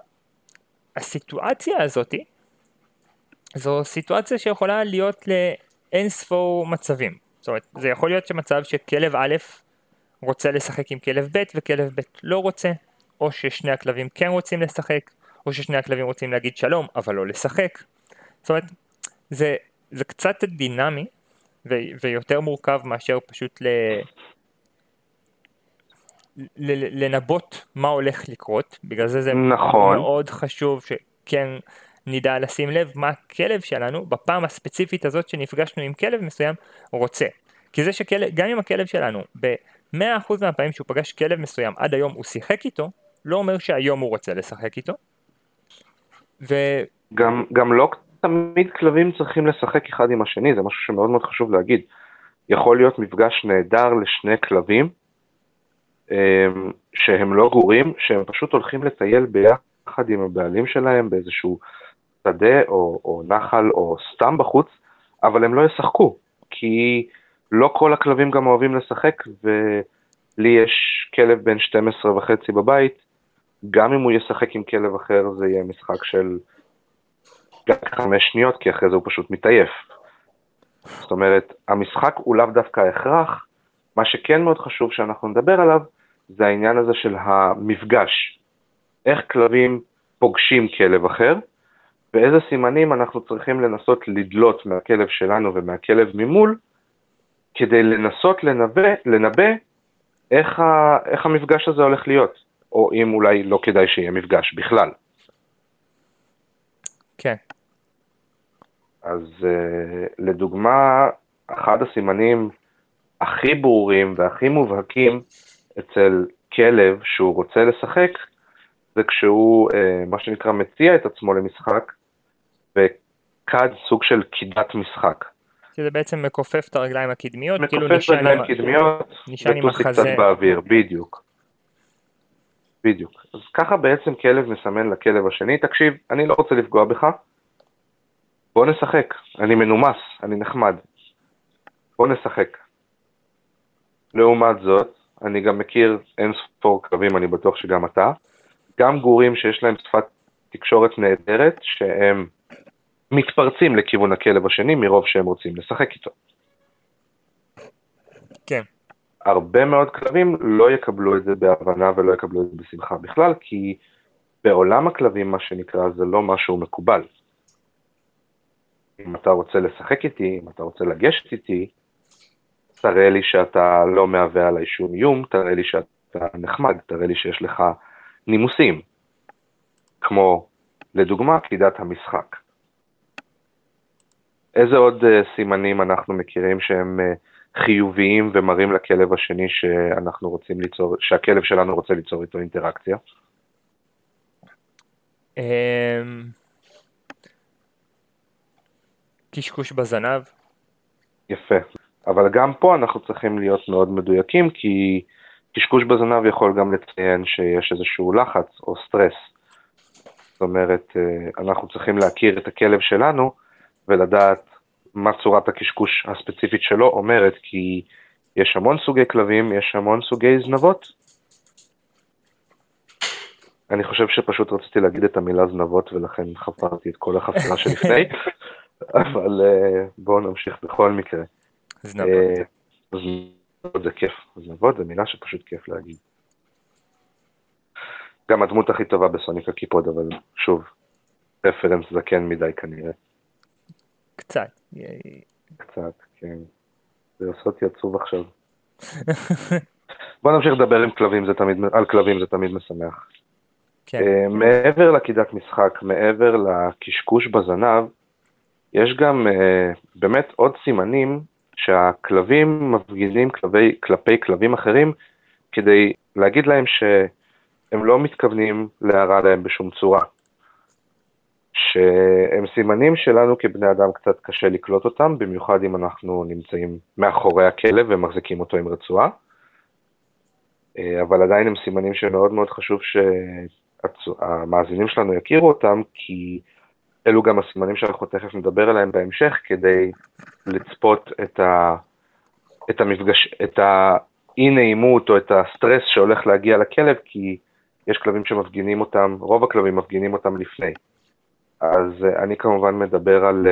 הסיטואציה הזאת, זו סיטואציה שיכולה להיות לאין ספור מצבים. זאת אומרת, זה יכול להיות שמצב שכלב א' רוצה לשחק עם כלב ב' וכלב ב' לא רוצה, או ששני הכלבים כן רוצים לשחק, או ששני הכלבים רוצים להגיד שלום, אבל לא לשחק. זאת אומרת, זה קצת דינמי, ויותר מורכב מאשר פשוט לנבות מה הולך לקרות, בגלל זה נכון. מאוד חשוב שכן נדע לשים לב מה הכלב שלנו, בפעם הספציפית הזאת שנפגשנו עם כלב מסוים, רוצה. כי זה גם אם הכלב שלנו, ב-100% מהפעמים שהוא פגש כלב מסוים, עד היום הוא שיחק איתו, לא אומר שהיום הוא רוצה לשחק איתו. גם לא תמיד כלבים צריכים לשחק אחד עם השני, זה משהו שמאוד מאוד חשוב להגיד. יכול להיות מפגש נהדר לשני כלבים, שהם לא גורים, שהם פשוט הולכים לטייל ביחד עם הבעלים שלהם, באיזשהו שדה או נחל או סתם בחוץ, אבל הם לא ישחקו, כי לא כל הכלבים גם אוהבים לשחק, ולי יש כלב בן 12.5 בבית, גם אם הוא ישחק עם כלב אחר, זה יהיה משחק של 5 שניות, כי אחרי זה הוא פשוט מתעייף. זאת אומרת, המשחק הוא לאו דווקא הכרח, מה שכן מאוד חשוב שאנחנו נדבר עליו, זה העניין הזה של המפגש. איך כלבים פוגשים כלב אחר, ואיזה סימנים אנחנו צריכים לנסות לדלות מהכלב שלנו ומהכלב ממול, כדי לנסות לנבא איך המפגש הזה הולך להיות, או אם אולי לא כדאי שיהיה מפגש בכלל. כן. אז לדוגמה, אחד הסימנים הכי ברורים והכי מובהקים אצל כלב שהוא רוצה לשחק, זה כשהוא, מה שנקרא, מציע את עצמו למשחק, וכד סוג של קידת משחק. שזה בעצם מכופף את הרגליים הקדמיות, מכופף רגליים קדמיות, וטוסי קצת באוויר, בדיוק. בדיוק. אז ככה בעצם כלב מסמן לכלב השני, תקשיב, אני לא רוצה לפגוע בך, בוא נשחק, אני מנומס, אני נחמד, בוא נשחק. לעומת זאת, אני גם מכיר אין ספור כלבים, אני בטוח שגם אתה, גם גורים שיש להם שפת תקשורת נהדרת, שהם מתפרצים לכיוון הכלב השני, מרוב שהם רוצים לשחק איתו. כן. הרבה מאוד כלבים לא יקבלו את זה בהבנה ולא יקבלו את זה בשמחה בכלל, כי בעולם הכלבים, מה שנקרא, זה לא משהו מקובל. אם אתה רוצה לשחק איתי, אם אתה רוצה לגשת איתי, תראה לי שאתה לא מהווה עליי שום איום, תראה לי שאתה נחמד, תראה לי שיש לך נימוסים, כמו לדוגמה קידת המשחק. איזה עוד סימנים אנחנו מכירים שהם חיוביים ומראים לכלב השני שאנחנו רוצים ליצור, שהכלב שלנו רוצה ליצור איתו אינטראקציה? קשקוש בזנב. יפה. אבל גם פה אנחנו צריכים להיות מאוד מדויקים, כי קשקוש בזנב יכול גם לציין שיש איזשהו לחץ או סטרס. זאת אומרת, אנחנו צריכים להכיר את הכלב שלנו ולדעת מה צורת הקשקוש הספציפית שלו אומרת, כי יש המון סוגי כלבים, יש המון סוגי זנבות. אני חושב שפשוט רציתי להגיד את המילה זנבות, ולכן חפרתי את כל החפירה שלפני, אבל בואו נמשיך בכל מקרה. זנבות. זנבות זה כיף, זנבות זה מילה שפשוט כיף להגיד. גם הדמות הכי טובה בסוניק הקיפוד, אבל שוב, רפרנס זקן מדי כנראה. קצת. קצת, כן. זה עושה אותי עצוב עכשיו. בוא נמשיך לדבר על כלבים, זה תמיד משמח. כן. מעבר לקידת משחק, מעבר לקשקוש בזנב, יש גם באמת עוד סימנים שהכלבים מפגינים כלפי כלבים אחרים, כדי להגיד להם שהם לא מתכוונים להרע להם בשום צורה. שהם סימנים שלנו כבני אדם קצת קשה לקלוט אותם, במיוחד אם אנחנו נמצאים מאחורי הכלב ומחזיקים אותו עם רצועה. אבל עדיין הם סימנים שמאוד מאוד חשוב שהמאזינים שלנו יכירו אותם, כי אלו גם הסימנים שאנחנו תכף נדבר עליהם בהמשך, כדי לצפות את המפגש, את האי-נעימות או את הסטרס שהולך להגיע לכלב, כי יש כלבים שמפגינים אותם, רוב הכלבים מפגינים אותם לפני. אז אני כמובן מדבר על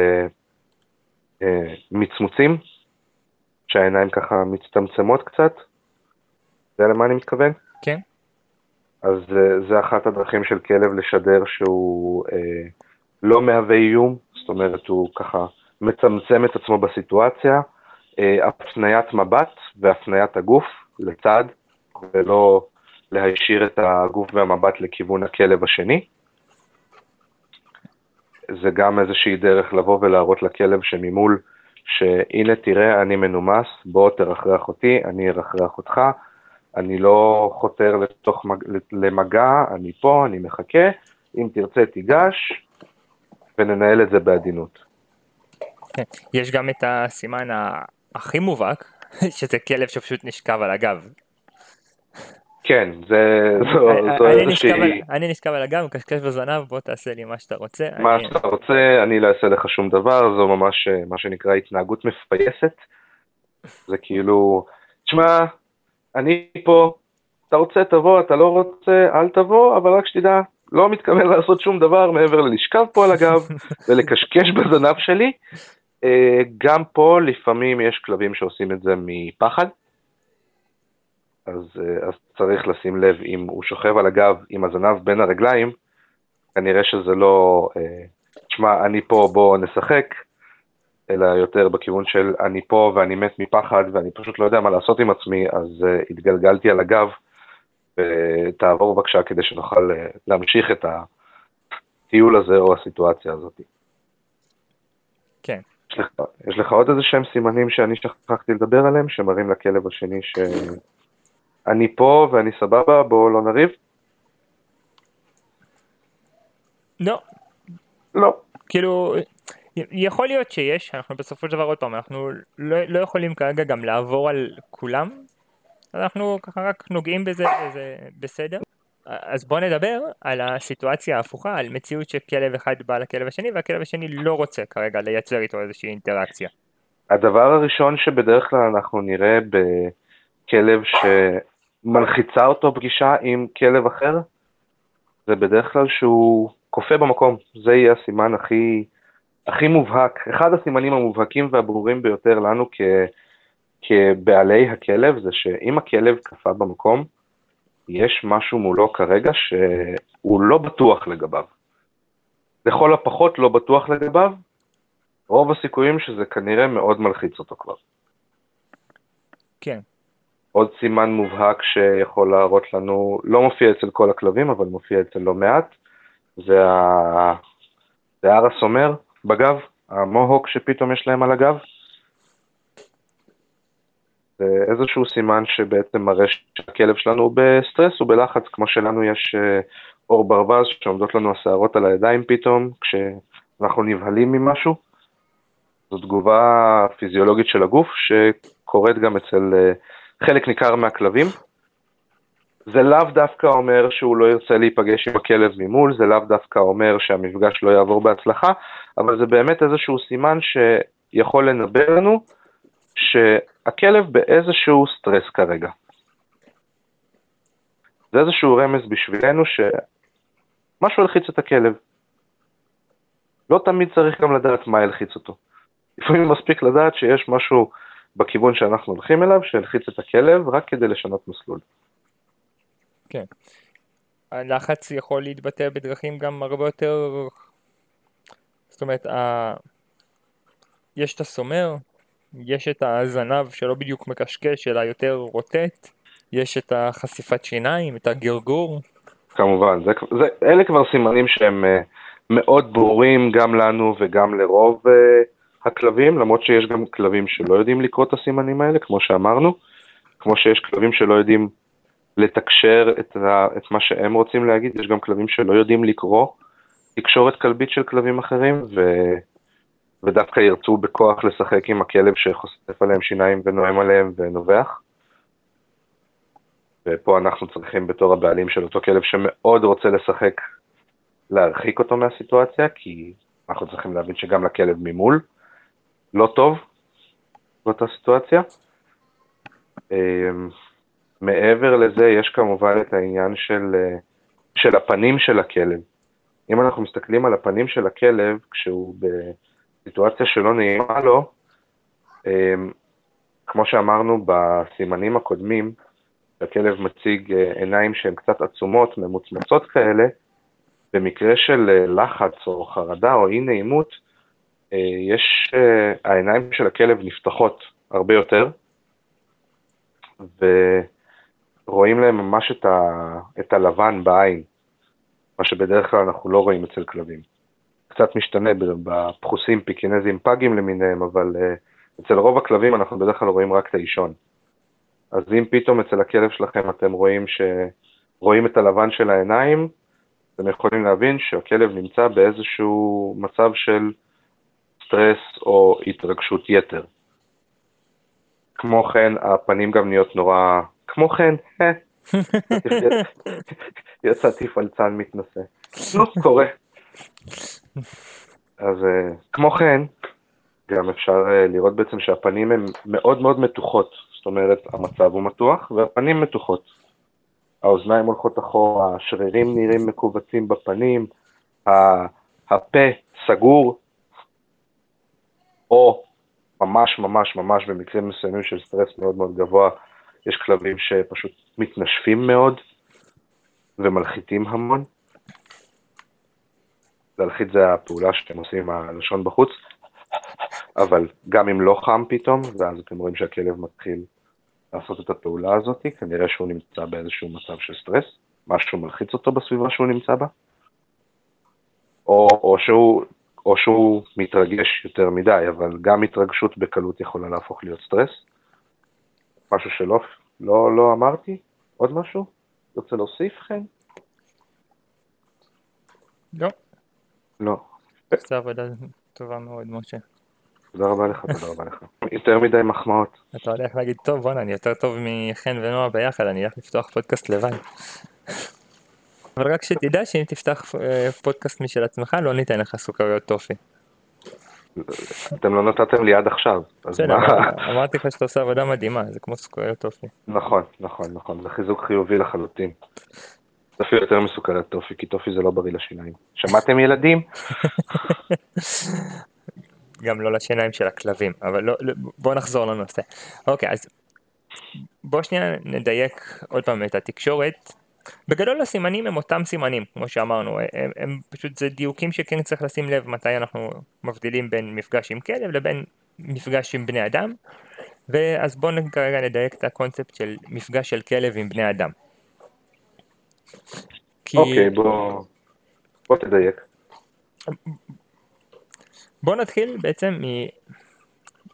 מצמוצים, שהעיניים ככה מצטמצמות קצת. זה למה אני מתכוון? כן. אז זה אחת הדרכים של כלב לשדר שהוא לא מהווה איום, זאת אומרת הוא ככה מצמצם את עצמו בסיטואציה, הפניית מבט והפניית הגוף לצד, ולא להישיר את הגוף והמבט לכיוון הכלב השני. זה גם איזושהי דרך לבוא ולהראות לכלב שממול, שהנה תראה אני מנומס, בוא תרחרח אותי, אני ארחרח אותך, אני לא חותר למגע, אני פה, אני מחכה, אם תרצה תיגש, וננהל את זה בעדינות. יש גם את הסימן הכי מובהק, שזה כלב שפשוט נשכב על הגב. כן, זו איזושהי... אני נשכב על הגב, מקשקש בזנב, בוא תעשה לי מה שאתה רוצה. מה שאתה רוצה, אני לא אעשה לך שום דבר, זו ממש מה שנקרא התנהגות מפייסת. זה כאילו, תשמע, אני פה, אתה רוצה תבוא, אתה לא רוצה, אל תבוא, אבל רק שתדע, לא מתכוון לעשות שום דבר מעבר ללשכב פה על הגב ולקשקש בזנב שלי. גם פה לפעמים יש כלבים שעושים את זה מפחד, אז צריך לשים לב, אם הוא שוכב על הגב עם הזנב בין הרגליים, כנראה שזה לא, תשמע, אני פה, בוא נשחק, אלא יותר בכיוון של אני פה ואני מת מפחד ואני פשוט לא יודע מה לעשות עם עצמי, אז התגלגלתי על הגב, ותעבור בבקשה כדי שנוכל להמשיך את הטיול הזה או הסיטואציה הזאת. כן. יש לך עוד איזה שהם סימנים שאני שכחתי לדבר עליהם, שמראים לכלב השני שאני פה ואני סבבה, בואו לא נריב? לא. לא. כאילו, יכול להיות שיש, אנחנו בסופו של דבר עוד פעם, אנחנו לא יכולים כרגע גם לעבור על כולם, אנחנו ככה רק נוגעים בזה, זה בסדר. אז בוא נדבר על הסיטואציה ההפוכה, על מציאות שכלב אחד בא לכלב השני, והכלב השני לא רוצה כרגע לייצר איתו איזושהי אינטראקציה. הדבר הראשון שבדרך כלל אנחנו נראה בכלב שמלחיצה אותו פגישה עם כלב אחר, זה בדרך כלל שהוא קופא במקום. זה יהיה הסימן הכי מובהק, אחד הסימנים המובהקים והברורים ביותר לנו כבעלי הכלב, זה שאם הכלב קפא במקום, יש משהו מולו כרגע שהוא לא בטוח לגביו. לכל הפחות לא בטוח לגביו, רוב הסיכויים שזה כנראה מאוד מלחיץ אותו כבר. כן. עוד סימן מובהק שיכול להראות לנו, לא מופיע אצל כל הכלבים, אבל מופיע אצל לא מעט, זה השיער הסומר בגב, המוהוק שפתאום יש להם על הגב. זה איזשהו סימן שבעצם מראה שהכלב שלנו הוא בסטרס, הוא בלחץ, כמו שלנו יש אור ברווז שעומדות לנו השערות על הידיים פתאום, כשאנחנו נבהלים ממשהו. זו תגובה פיזיולוגית של הגוף שקורית גם אצל חלק ניכר מהכלבים. זה לאו דווקא אומר שהוא לא ירצה להיפגש עם הכלב ממול, זה לאו דווקא אומר שהמפגש לא יעבור בהצלחה, אבל זה באמת איזשהו סימן שיכול לנבא לנו שהכלב באיזשהו סטרס כרגע. זה איזשהו רמז בשבילנו שמשהו הלחיץ את הכלב. לא תמיד צריך גם לדעת מה הלחיץ אותו. לפעמים מספיק לדעת שיש משהו בכיוון שאנחנו הולכים אליו שהלחיץ את הכלב רק כדי לשנות מסלול. כן. הלחץ יכול להתבטא בדרכים גם הרבה יותר, זאת אומרת, יש את הסומר, יש את הזנב שלא בדיוק מקשקש אלא יותר רוטט, יש את החשיפת שיניים, את הגרגור. כמובן, אלה כבר סימנים שהם מאוד ברורים גם לנו וגם לרוב הכלבים, למרות שיש גם כלבים שלא יודעים לקרוא את הסימנים האלה, כמו שאמרנו, כמו שיש כלבים שלא יודעים לתקשר את מה שהם רוצים להגיד, יש גם כלבים שלא יודעים לקרוא תקשורת כלבית של כלבים אחרים, ודווקא ירצו בכוח לשחק עם הכלב שחושף עליהם שיניים ונועם עליהם ונובח. ופה אנחנו צריכים בתור הבעלים של אותו כלב שמאוד רוצה לשחק, להרחיק אותו מהסיטואציה, כי אנחנו צריכים להבין שגם לכלב ממול לא טוב באותה סיטואציה. מעבר לזה יש כמובן את העניין של הפנים של הכלב. אם אנחנו מסתכלים על הפנים של הכלב כשהוא בסיטואציה שלא נעימה לו, כמו שאמרנו בסימנים הקודמים, הכלב מציג עיניים שהן קצת עצומות, ממוצמצות כאלה, במקרה של לחץ או חרדה או אי נעימות, העיניים של הכלב נפתחות הרבה יותר, ורואים להם ממש את הלבן בעין, מה שבדרך כלל אנחנו לא רואים אצל כלבים. קצת משתנה בפחוסים, פיקינזים, פגים למיניהם, אבל אצל רוב הכלבים אנחנו בדרך כלל רואים רק את האישון. אז אם פתאום אצל הכלב שלכם אתם רואים את הלבן של העיניים, אתם יכולים להבין שהכלב נמצא באיזשהו מצב של סטרס או התרגשות יתר. כמו כן, הפנים גם נהיות נורא, כמו כן, יצאתי פלצן מתנשא. לא, קורה. אז כמו כן, גם אפשר לראות בעצם שהפנים הן מאוד מאוד מתוחות. זאת אומרת, המצב הוא מתוח והפנים מתוחות. האוזניים הולכות אחורה, השרירים נראים מקובצים בפנים, הפה סגור, או ממש ממש ממש במקרים מסוימים של סטרס מאוד מאוד גבוה, יש כלבים שפשוט מתנשפים מאוד ומלחיתים המון. להלחית זה הפעולה שאתם עושים עם הלשון בחוץ, אבל גם אם לא חם פתאום, ואז אתם רואים שהכלב מתחיל לעשות את הפעולה הזאת, כנראה שהוא נמצא באיזשהו מצב של סטרס, משהו מלחיץ אותו בסביבה שהוא נמצא בה, או שהוא מתרגש יותר מדי, אבל גם התרגשות בקלות יכולה להפוך להיות סטרס. משהו לא אמרתי? עוד משהו? רוצה להוסיף כן? לא. לא. עושה עבודה טובה מאוד, משה. תודה רבה לך. יותר מדי מחמאות. אתה הולך להגיד, טוב, בוא'נה, אני יותר טוב מחן ונועה ביחד, אני הולך לפתוח פודקאסט לבד. אבל רק שתדע שאם תפתח פודקאסט משל עצמך, לא ניתן לך סוכריות טופי. אתם לא נתתם לי עד עכשיו. בסדר, אמרתי לך שאתה עושה עבודה מדהימה, זה כמו סוכריות טופי. נכון, זה חיזוק חיובי לחלוטין. זה אפילו יותר מסוכריות טופי, כי טופי זה לא בריא לשיניים. שמעתם ילדים? גם לא לשיניים של הכלבים, אבל לא, בוא נחזור לנושא. אוקיי, אז בוא שנייה נדייק עוד פעם את התקשורת. בגדול הסימנים הם אותם סימנים, כמו שאמרנו, הם פשוט זה דיוקים שכן צריך לשים לב מתי אנחנו מבדילים בין מפגש עם כלב לבין מפגש עם בני אדם, ואז בוא כרגע נדייק את הקונספט של מפגש של כלב עם בני אדם. אוקיי, בוא תדייק. בוא נתחיל בעצם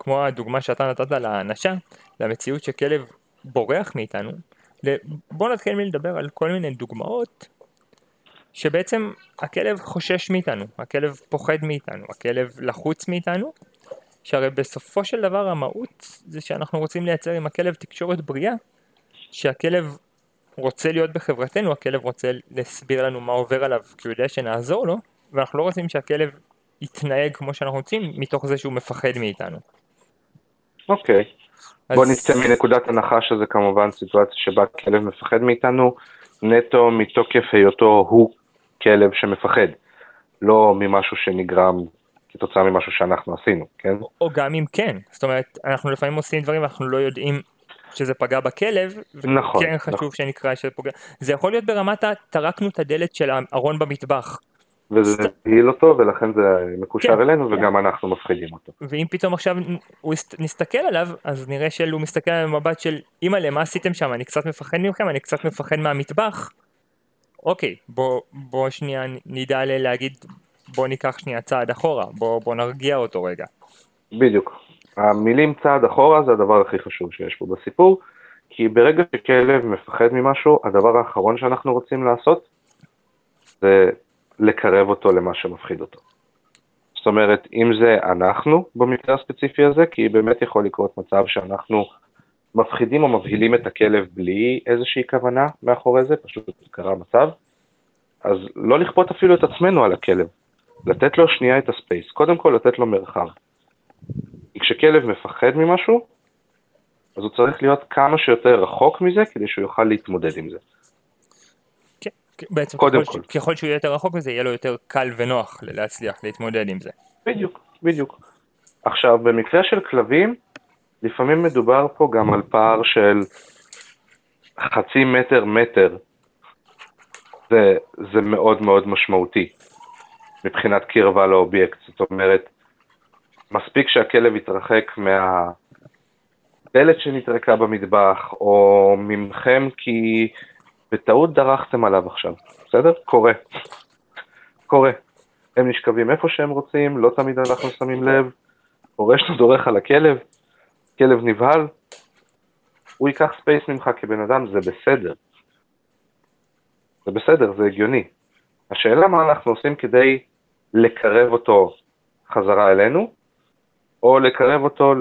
כמו הדוגמה שאתה נתת לאנשה, למציאות שכלב בורח מאיתנו, בוא נתחיל מלדבר על כל מיני דוגמאות, שבעצם הכלב חושש מאיתנו, הכלב פוחד מאיתנו, הכלב לחוץ מאיתנו, שהרי בסופו של דבר המהות זה שאנחנו רוצים לייצר עם הכלב תקשורת בריאה, שהכלב רוצה להיות בחברתנו, הכלב רוצה להסביר לנו מה עובר עליו, כי הוא יודע שנעזור לו, ואנחנו לא רוצים שהכלב יתנהג כמו שאנחנו רוצים, מתוך זה שהוא מפחד מאיתנו. אוקיי. בוא נצא מנקודת הנחה שזה כמובן סיטואציה שבה כלב מפחד מאיתנו, נטו מתוקף היותו הוא כלב שמפחד, לא ממשהו שנגרם כתוצאה ממשהו שאנחנו עשינו, כן? או גם אם כן, זאת אומרת, אנחנו לפעמים עושים דברים ואנחנו לא יודעים שזה פגע בכלב, נכון, וכן חשוב נכון. שנקרא שזה פוגע. זה יכול להיות ברמת טרקנו את הדלת של הארון במטבח. וזה מבהיל אותו, ולכן זה מקושר אלינו, וגם אנחנו מפחידים אותו. ואם פתאום עכשיו הוא נסתכל עליו, אז נראה שהוא מסתכל על מבט של, אמא, מה עשיתם שם? אני קצת מפחד מכם, אני קצת מפחד מהמטבח. אוקיי, בוא שנייה נדע להגיד, בוא ניקח שנייה צעד אחורה, בוא נרגיע אותו רגע. בדיוק. המילים צעד אחורה זה הדבר הכי חשוב שיש פה בסיפור, כי ברגע שכלב מפחד ממשהו, הדבר האחרון שאנחנו רוצים לעשות, זה לקרב אותו למה שמפחיד אותו. זאת אומרת, אם זה אנחנו במקרה הספציפי הזה, כי באמת יכול לקרות מצב שאנחנו מפחידים או מבהילים את הכלב בלי איזושהי כוונה מאחורי זה, פשוט קרה מצב, אז לא לכפות אפילו את עצמנו על הכלב, לתת לו שנייה את הספייס, קודם כל לתת לו מרחב. כי כשכלב מפחד ממשהו, אז הוא צריך להיות כמה שיותר רחוק מזה, כדי שהוא יוכל להתמודד עם זה. בעצם ככל שהוא יהיה יותר רחוק מזה, יהיה לו יותר קל ונוח להצליח להתמודד עם זה. בדיוק, בדיוק. עכשיו, במקרה של כלבים, לפעמים מדובר פה גם על פער של חצי מטר. זה מאוד מאוד משמעותי, מבחינת קרבה לאובייקט. זאת אומרת, מספיק שהכלב יתרחק מהדלת שנתרקה במטבח, או ממכם כי בטעות דרכתם עליו עכשיו. בסדר? קורה. הם נשכבים איפה שהם רוצים, לא תמיד אנחנו שמים לב, קורה שאתה דורך על הכלב, כלב נבהל, הוא ייקח ספייס ממך כבן אדם, זה בסדר. זה בסדר, זה הגיוני. השאלה מה אנחנו עושים כדי לקרב אותו חזרה אלינו, או לקרב אותו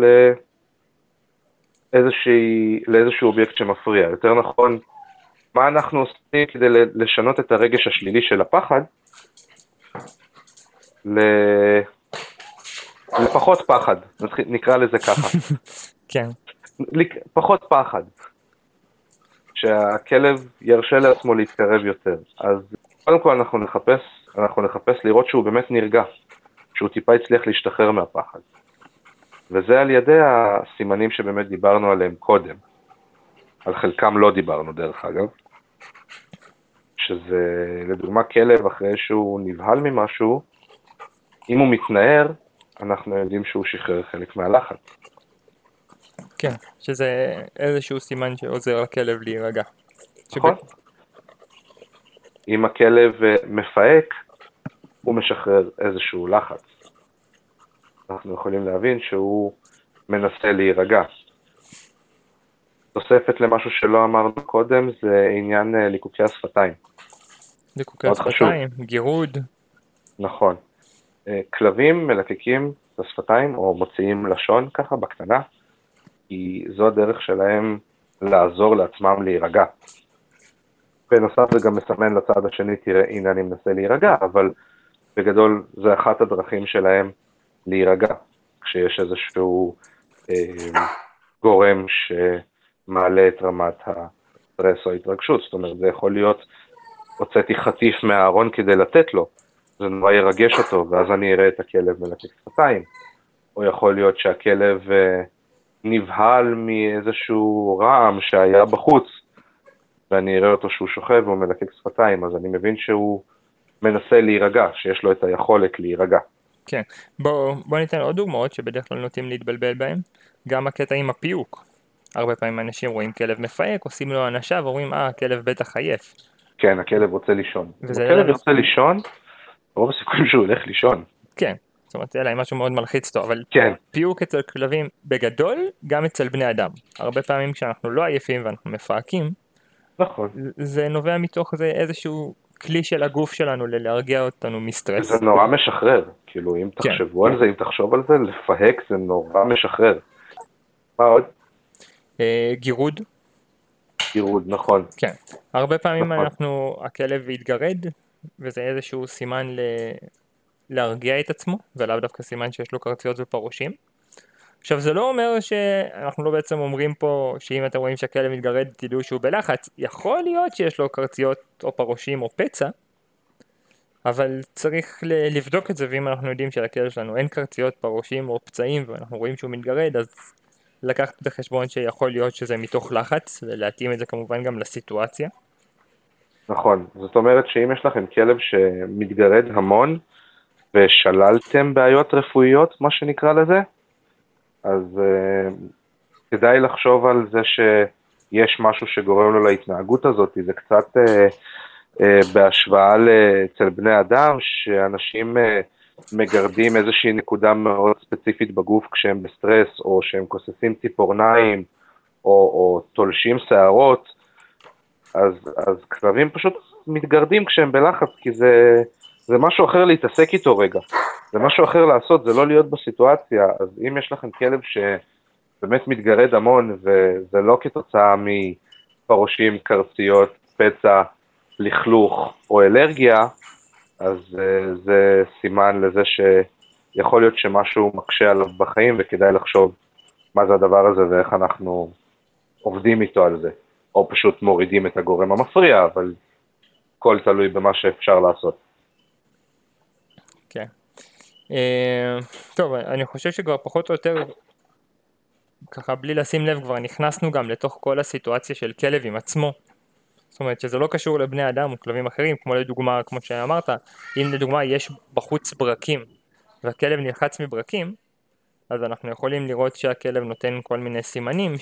לאיזשהו אובייקט שמפריע. יותר נכון, מה אנחנו עושים כדי לשנות את הרגש השלילי של הפחד, לפחות פחד, נקרא לזה ככה. כן. פחות פחד. שהכלב ירשה לעצמו להתקרב יותר. אז קודם כל אנחנו נחפש לראות שהוא באמת נרגע, שהוא טיפה הצליח להשתחרר מהפחד. וזה על ידי הסימנים שבאמת דיברנו עליהם קודם. על חלקם לא דיברנו דרך אגב. שזה לדוגמה כלב אחרי שהוא נבהל ממשהו, אם הוא מתנער, אנחנו יודעים שהוא שחרר חלק מהלחץ. כן, שזה איזשהו סימן שעוזר לכלב להירגע. נכון. אם הכלב מפהק, הוא משחרר איזשהו לחץ. אנחנו יכולים להבין שהוא מנסה להירגע. תוספת למשהו שלא אמרנו קודם, זה עניין ליקוקי השפתיים. ליקוקי השפתיים, גירוד. נכון. כלבים מלקקים את השפתיים או מוציאים לשון ככה בקטנה, כי זו הדרך שלהם לעזור לעצמם להירגע. בנוסף זה גם מסמן לצד השני, תראה, הנה אני מנסה להירגע, אבל בגדול זה אחת הדרכים שלהם להירגע, כשיש איזשהו גורם שמעלה את רמת הסטרס או ההתרגשות. זאת אומרת, זה יכול להיות, הוצאתי חטיף מהארון כדי לתת לו, זה נורא ירגש אותו, ואז אני אראה את הכלב מלקק שפתיים. או יכול להיות שהכלב נבהל מאיזשהו רעם שהיה בחוץ, ואני אראה אותו שהוא שוכב והוא מלקק שפתיים, אז אני מבין שהוא מנסה להירגע, שיש לו את היכולת להירגע. כן, בוא ניתן עוד דוגמאות שבדרך כלל נוטים להתבלבל בהם. גם הקטע עם הפיוק. הרבה פעמים אנשים רואים כלב מפהק, עושים לו אנשה ואומרים, הכלב בטח עייף. כן, הכלב רוצה לישון. הכלב רוצה לישון, רוב הסיכויים שהוא הולך לישון. כן, זאת אומרת, אלא אם משהו מאוד מלחיץ אותו, אבל כן. פיוק אצל כלבים בגדול, גם אצל בני אדם. הרבה פעמים כשאנחנו לא עייפים ואנחנו מפהקים, נכון. זה נובע מתוך זה איזשהו כלי של הגוף שלנו להרגיע אותנו מסטרס. זה נורא משחרר, כאילו אם כן. תחשבו על זה, אם תחשוב על זה, לפהק זה נורא משחרר. מה עוד? גירוד. גירוד, נכון. כן. הרבה פעמים נכון. הכלב יתגרד, וזה איזשהו סימן להרגיע את עצמו, ולאו דווקא סימן שיש לו קרציות ופרושים. עכשיו זה לא אומר שאנחנו לא בעצם אומרים פה שאם אתם רואים שהכלב מתגרד תדעו שהוא בלחץ, יכול להיות שיש לו קרציות או פרושים או פצע, אבל צריך לבדוק את זה, ואם אנחנו יודעים שלכלב שלנו אין קרציות, פרושים או פצעים ואנחנו רואים שהוא מתגרד, אז לקחת בחשבון שיכול להיות שזה מתוך לחץ, ולהתאים את זה כמובן גם לסיטואציה. נכון, זאת אומרת שאם יש לכם כלב שמתגרד המון ושללתם בעיות רפואיות, מה שנקרא לזה, אז כדאי לחשוב על זה שיש משהו שגורם לו להתנהגות הזאת. זה קצת בהשוואה אצל בני אדם, שאנשים מגרדים איזושהי נקודה מאוד ספציפית בגוף כשהם בסטרס, או שהם כוססים ציפורניים, או תולשים שערות, אז כלבים פשוט מתגרדים כשהם בלחץ, כי זה משהו אחר להתעסק איתו רגע. זה משהו אחר לעשות, זה לא להיות בסיטואציה. אז אם יש לכם כלב שבאמת מתגרד המון, וזה לא כתוצאה מפרושים, קרציות, פצע, לכלוך או אלרגיה, אז זה סימן לזה שיכול להיות שמשהו מקשה עליו בחיים, וכדאי לחשוב מה זה הדבר הזה ואיך אנחנו עובדים איתו על זה. או פשוט מורידים את הגורם המפריע, אבל הכל תלוי במה שאפשר לעשות. כן. טוב, אני חושב שכבר פחות או יותר, ככה בלי לשים לב, כבר נכנסנו גם לתוך כל הסיטואציה של כלב עם עצמו. זאת אומרת שזה לא קשור לבני אדם או כלבים אחרים, כמו לדוגמה, כמו שאמרת, אם לדוגמה יש בחוץ ברקים, והכלב נלחץ מברקים, אז אנחנו יכולים לראות שהכלב נותן כל מיני סימנים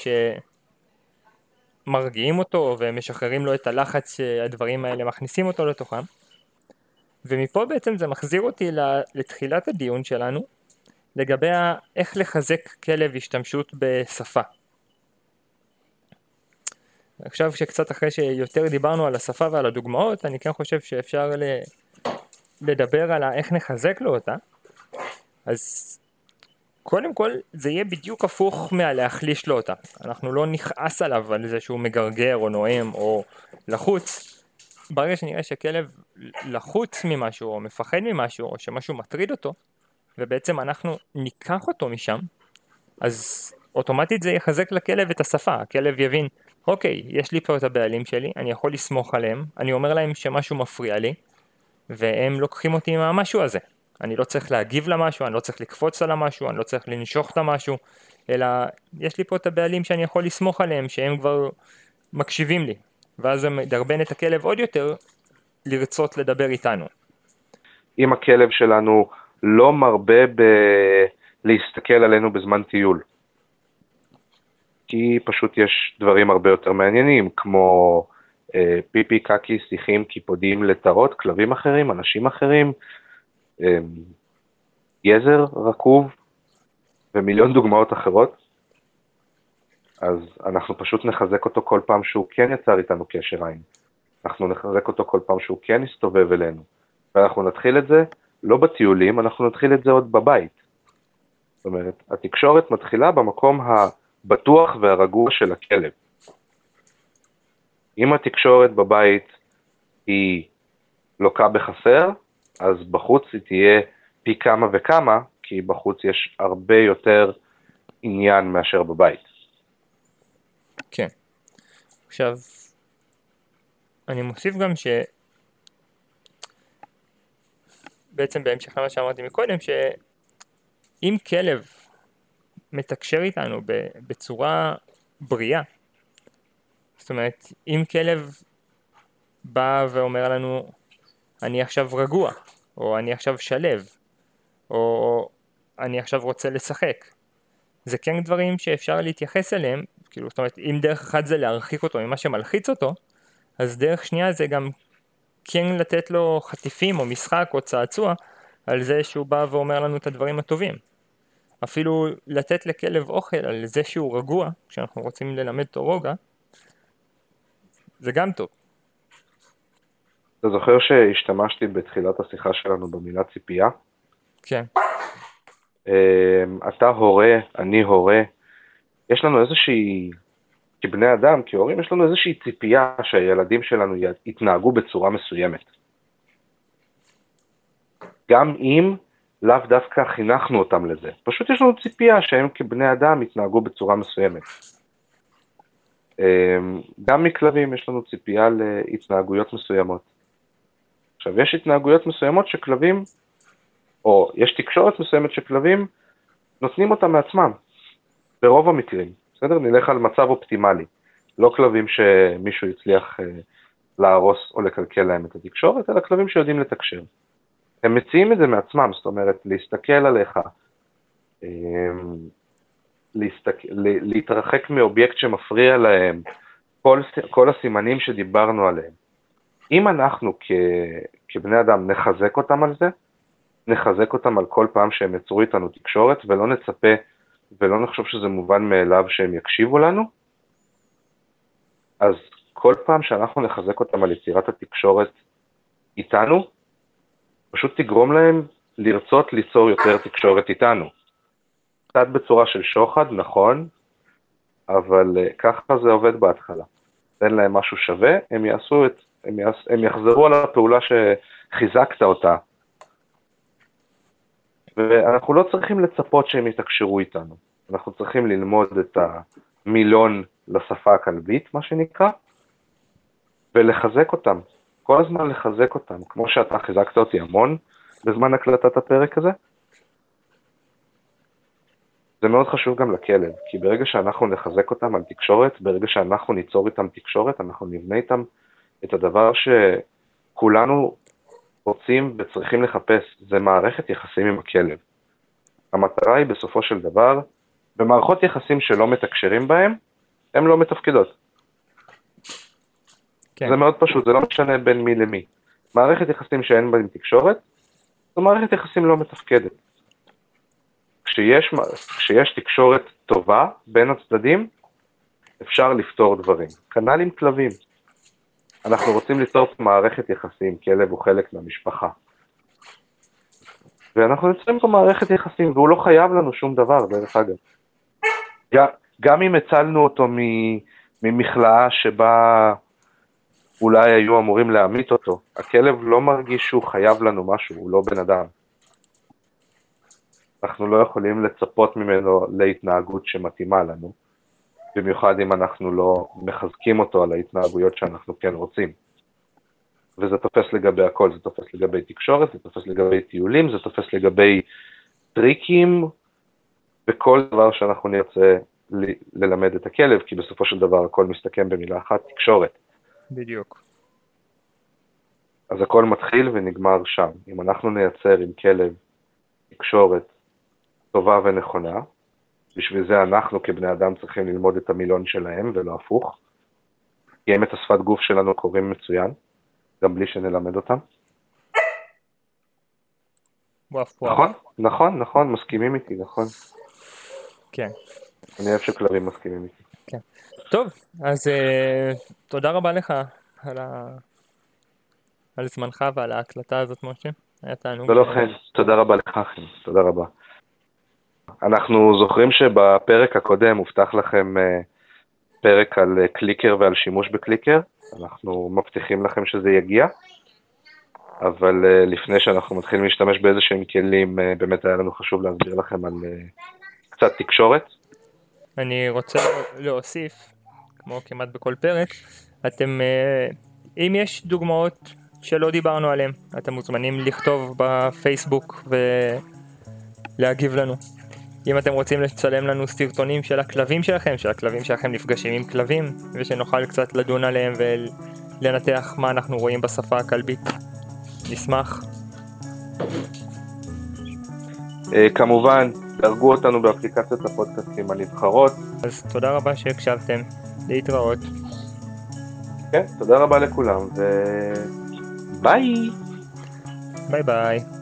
שמרגיעים אותו ומשחררים לו את הלחץ שהדברים האלה מכניסים אותו לתוכם. ומפה בעצם זה מחזיר אותי לתחילת הדיון שלנו, לגבי איך לחזק כלב השתמשות בשפה. עכשיו שקצת אחרי שיותר דיברנו על השפה ועל הדוגמאות, אני כן חושב שאפשר לדבר על איך נחזק לו אותה. אז קודם כל זה יהיה בדיוק הפוך מהלהחליש לו אותה. אנחנו לא נכעס עליו על זה שהוא מגרגר או נואם או לחוץ. ברגע שנראה שכלב לחוץ ממשהו או מפחד ממשהו או שמשהו מטריד אותו, ובעצם אנחנו ניקח אותו משם, אז אוטומטית זה יחזק לכלב את השפה. הכלב יבין, אוקיי, יש לי פה את הבעלים שלי, אני יכול לסמוך עליהם, אני אומר להם שמשהו מפריע לי, והם לוקחים אותי מהמשהו הזה. אני לא צריך להגיב למשהו, אני לא צריך לקפוץ על המשהו, אני לא צריך לנשוך את המשהו, אלא יש לי פה את הבעלים שאני יכול לסמוך עליהם, שהם כבר מקשיבים לי. ואז זה מדרבן את הכלב עוד יותר לרצות לדבר איתנו. אם הכלב שלנו לא מרבה להסתכל עלינו בזמן טיול, כי פשוט יש דברים הרבה יותר מעניינים, כמו פיפי, קקי, שיחים, קיפודים, לטרות, כלבים אחרים, אנשים אחרים, יזר, רקוב, ומיליון דוגמאות אחרות, אז אנחנו פשוט נחזק אותו כל פעם שהוא כן יצר איתנו קשר עין. אנחנו נחזק אותו כל פעם שהוא כן יסתובב אלינו. ואנחנו נתחיל את זה לא בטיולים, אנחנו נתחיל את זה עוד בבית. זאת אומרת, התקשורת מתחילה במקום הבטוח והרגוע של הכלב. אם התקשורת בבית היא לוקה בחסר, אז בחוץ היא תהיה פי כמה וכמה, כי בחוץ יש הרבה יותר עניין מאשר בבית. כן. עכשיו, אני מוסיף גם בעצם בהמשך למה שאמרתי מקודם, שאם כלב מתקשר איתנו בצורה בריאה, זאת אומרת, אם כלב בא ואומר לנו, אני עכשיו רגוע, או אני עכשיו שלב, או אני עכשיו רוצה לשחק, זה כן דברים שאפשר להתייחס אליהם, כאילו, זאת אומרת, אם דרך אחת זה להרחיק אותו ממה שמלחיץ אותו, אז דרך שנייה זה גם כן לתת לו חטיפים או משחק או צעצוע, על זה שהוא בא ואומר לנו את הדברים הטובים. אפילו לתת לכלב אוכל על זה שהוא רגוע, כשאנחנו רוצים ללמד אותו רוגע, זה גם טוב. אתה זוכר שהשתמשתי בתחילת השיחה שלנו במילה ציפייה? כן. אתה הורה, אני הורה. יש לנו איזושהי, כבני אדם, כהורים, יש לנו איזושהי ציפייה שהילדים שלנו יתנהגו בצורה מסוימת. גם אם לאו דווקא חינכנו אותם לזה. פשוט יש לנו ציפייה שהם כבני אדם יתנהגו בצורה מסוימת. גם מכלבים יש לנו ציפייה להתנהגויות מסוימות. עכשיו, יש התנהגויות מסוימות שכלבים, או יש תקשורת מסוימת שכלבים נותנים אותה מעצמם, ברוב המקרים. בסדר? נלך על מצב אופטימלי. לא כלבים שמישהו יצליח להרוס או לקלקל להם את התקשורת, אלא כלבים שיודעים לתקשר. הם מציעים את זה מעצמם, זאת אומרת, להסתכל עליך, להתרחק מאובייקט שמפריע להם, כל הסימנים שדיברנו עליהם. אם אנחנו כבני אדם נחזק אותם על זה, נחזק אותם על כל פעם שהם יצרו איתנו תקשורת, ולא נצפה ולא נחשוב שזה מובן מאליו שהם יקשיבו לנו, אז כל פעם שאנחנו נחזק אותם על יצירת התקשורת איתנו, פשוט תגרום להם לרצות ליצור יותר תקשורת איתנו. קצת בצורה של שוחד, נכון, אבל ככה זה עובד בהתחלה. תן להם משהו שווה, הם יחזרו על הפעולה שחיזקת אותה. ואנחנו לא צריכים לצפות שהם יתקשרו איתנו. אנחנו צריכים ללמוד את המילון לשפה הכלבית, מה שנקרא, ולחזק אותם. כל הזמן לחזק אותם, כמו שאתה חיזקת אותי המון בזמן הקלטת הפרק הזה. זה מאוד חשוב גם לכלב, כי ברגע שאנחנו נחזק אותם על תקשורת, ברגע שאנחנו ניצור איתם תקשורת, אנחנו נבנה איתם את הדבר שכולנו רוצים וצריכים לחפש, זה מערכת יחסים עם הכלב. המטרה היא בסופו של דבר, במערכות יחסים שלא מתקשרים בהם, הן לא מתפקדות. כן. זה מאוד פשוט, זה לא משנה בין מי למי. מערכת יחסים שאין בה עם תקשורת, זו מערכת יחסים לא מתפקדת. כשיש תקשורת טובה בין הצדדים, אפשר לפתור דברים. כנ"ל עם כלבים. אנחנו רוצים ליצור מערכת יחסים, כלב הוא חלק מהמשפחה. ואנחנו יוצרים פה מערכת יחסים, והוא לא חייב לנו שום דבר, דרך אגב. גם אם הצלנו אותו ממכלאה שבה אולי היו אמורים להמית אותו, הכלב לא מרגיש שהוא חייב לנו משהו, הוא לא בן אדם. אנחנו לא יכולים לצפות ממנו להתנהגות שמתאימה לנו, במיוחד אם אנחנו לא מחזקים אותו על ההתנהגויות שאנחנו כן רוצים. וזה תופס לגבי הכל, זה תופס לגבי תקשורת, זה תופס לגבי טיולים, זה תופס לגבי טריקים, וכל דבר שאנחנו נרצה ללמד את הכלב, כי בסופו של דבר הכל מסתכם במילה אחת, תקשורת. בדיוק. אז הכל מתחיל ונגמר שם. אם אנחנו נייצר עם כלב תקשורת טובה ונכונה, בשביל זה אנחנו כבני אדם צריכים ללמוד את המילון שלהם ולא הפוך, כי הם את השפת גוף שלנו קוראים מצוין, גם בלי שנלמד אותם. נכון, מסכימים איתי, נכון. כן. אני אוהב שכלבים מסכימים איתי. כן. טוב, אז תודה רבה לך על זמנך ועל ההקלטה הזאת, משה. היה תענוג. לא כן, תודה רבה לך, אחי, תודה רבה. אנחנו זוכרים שבפרק הקודם הובטח לכם פרק על קליקר ועל שימוש בקליקר, אנחנו מבטיחים לכם שזה יגיע, אבל לפני שאנחנו מתחילים להשתמש באיזה שהם כלים, באמת היה לנו חשוב להסביר לכם על קצת תקשורת. אני רוצה להוסיף, כמו כמעט בכל פרק, אם יש דוגמאות שלא דיברנו עליהן, אתם מוזמנים לכתוב בפייסבוק ולהגיב לנו. אם אתם רוצים לצלם לנו סרטונים של הכלבים שלכם נפגשים עם כלבים, ושנוכל קצת לדון עליהם ולנתח מה אנחנו רואים בשפה הכלבית, נשמח. כמובן, דרגו אותנו באפליקציות הפודקאסטים הנבחרות. אז תודה רבה שהקשבתם, להתראות. כן, תודה רבה לכולם, וביי. ביי ביי.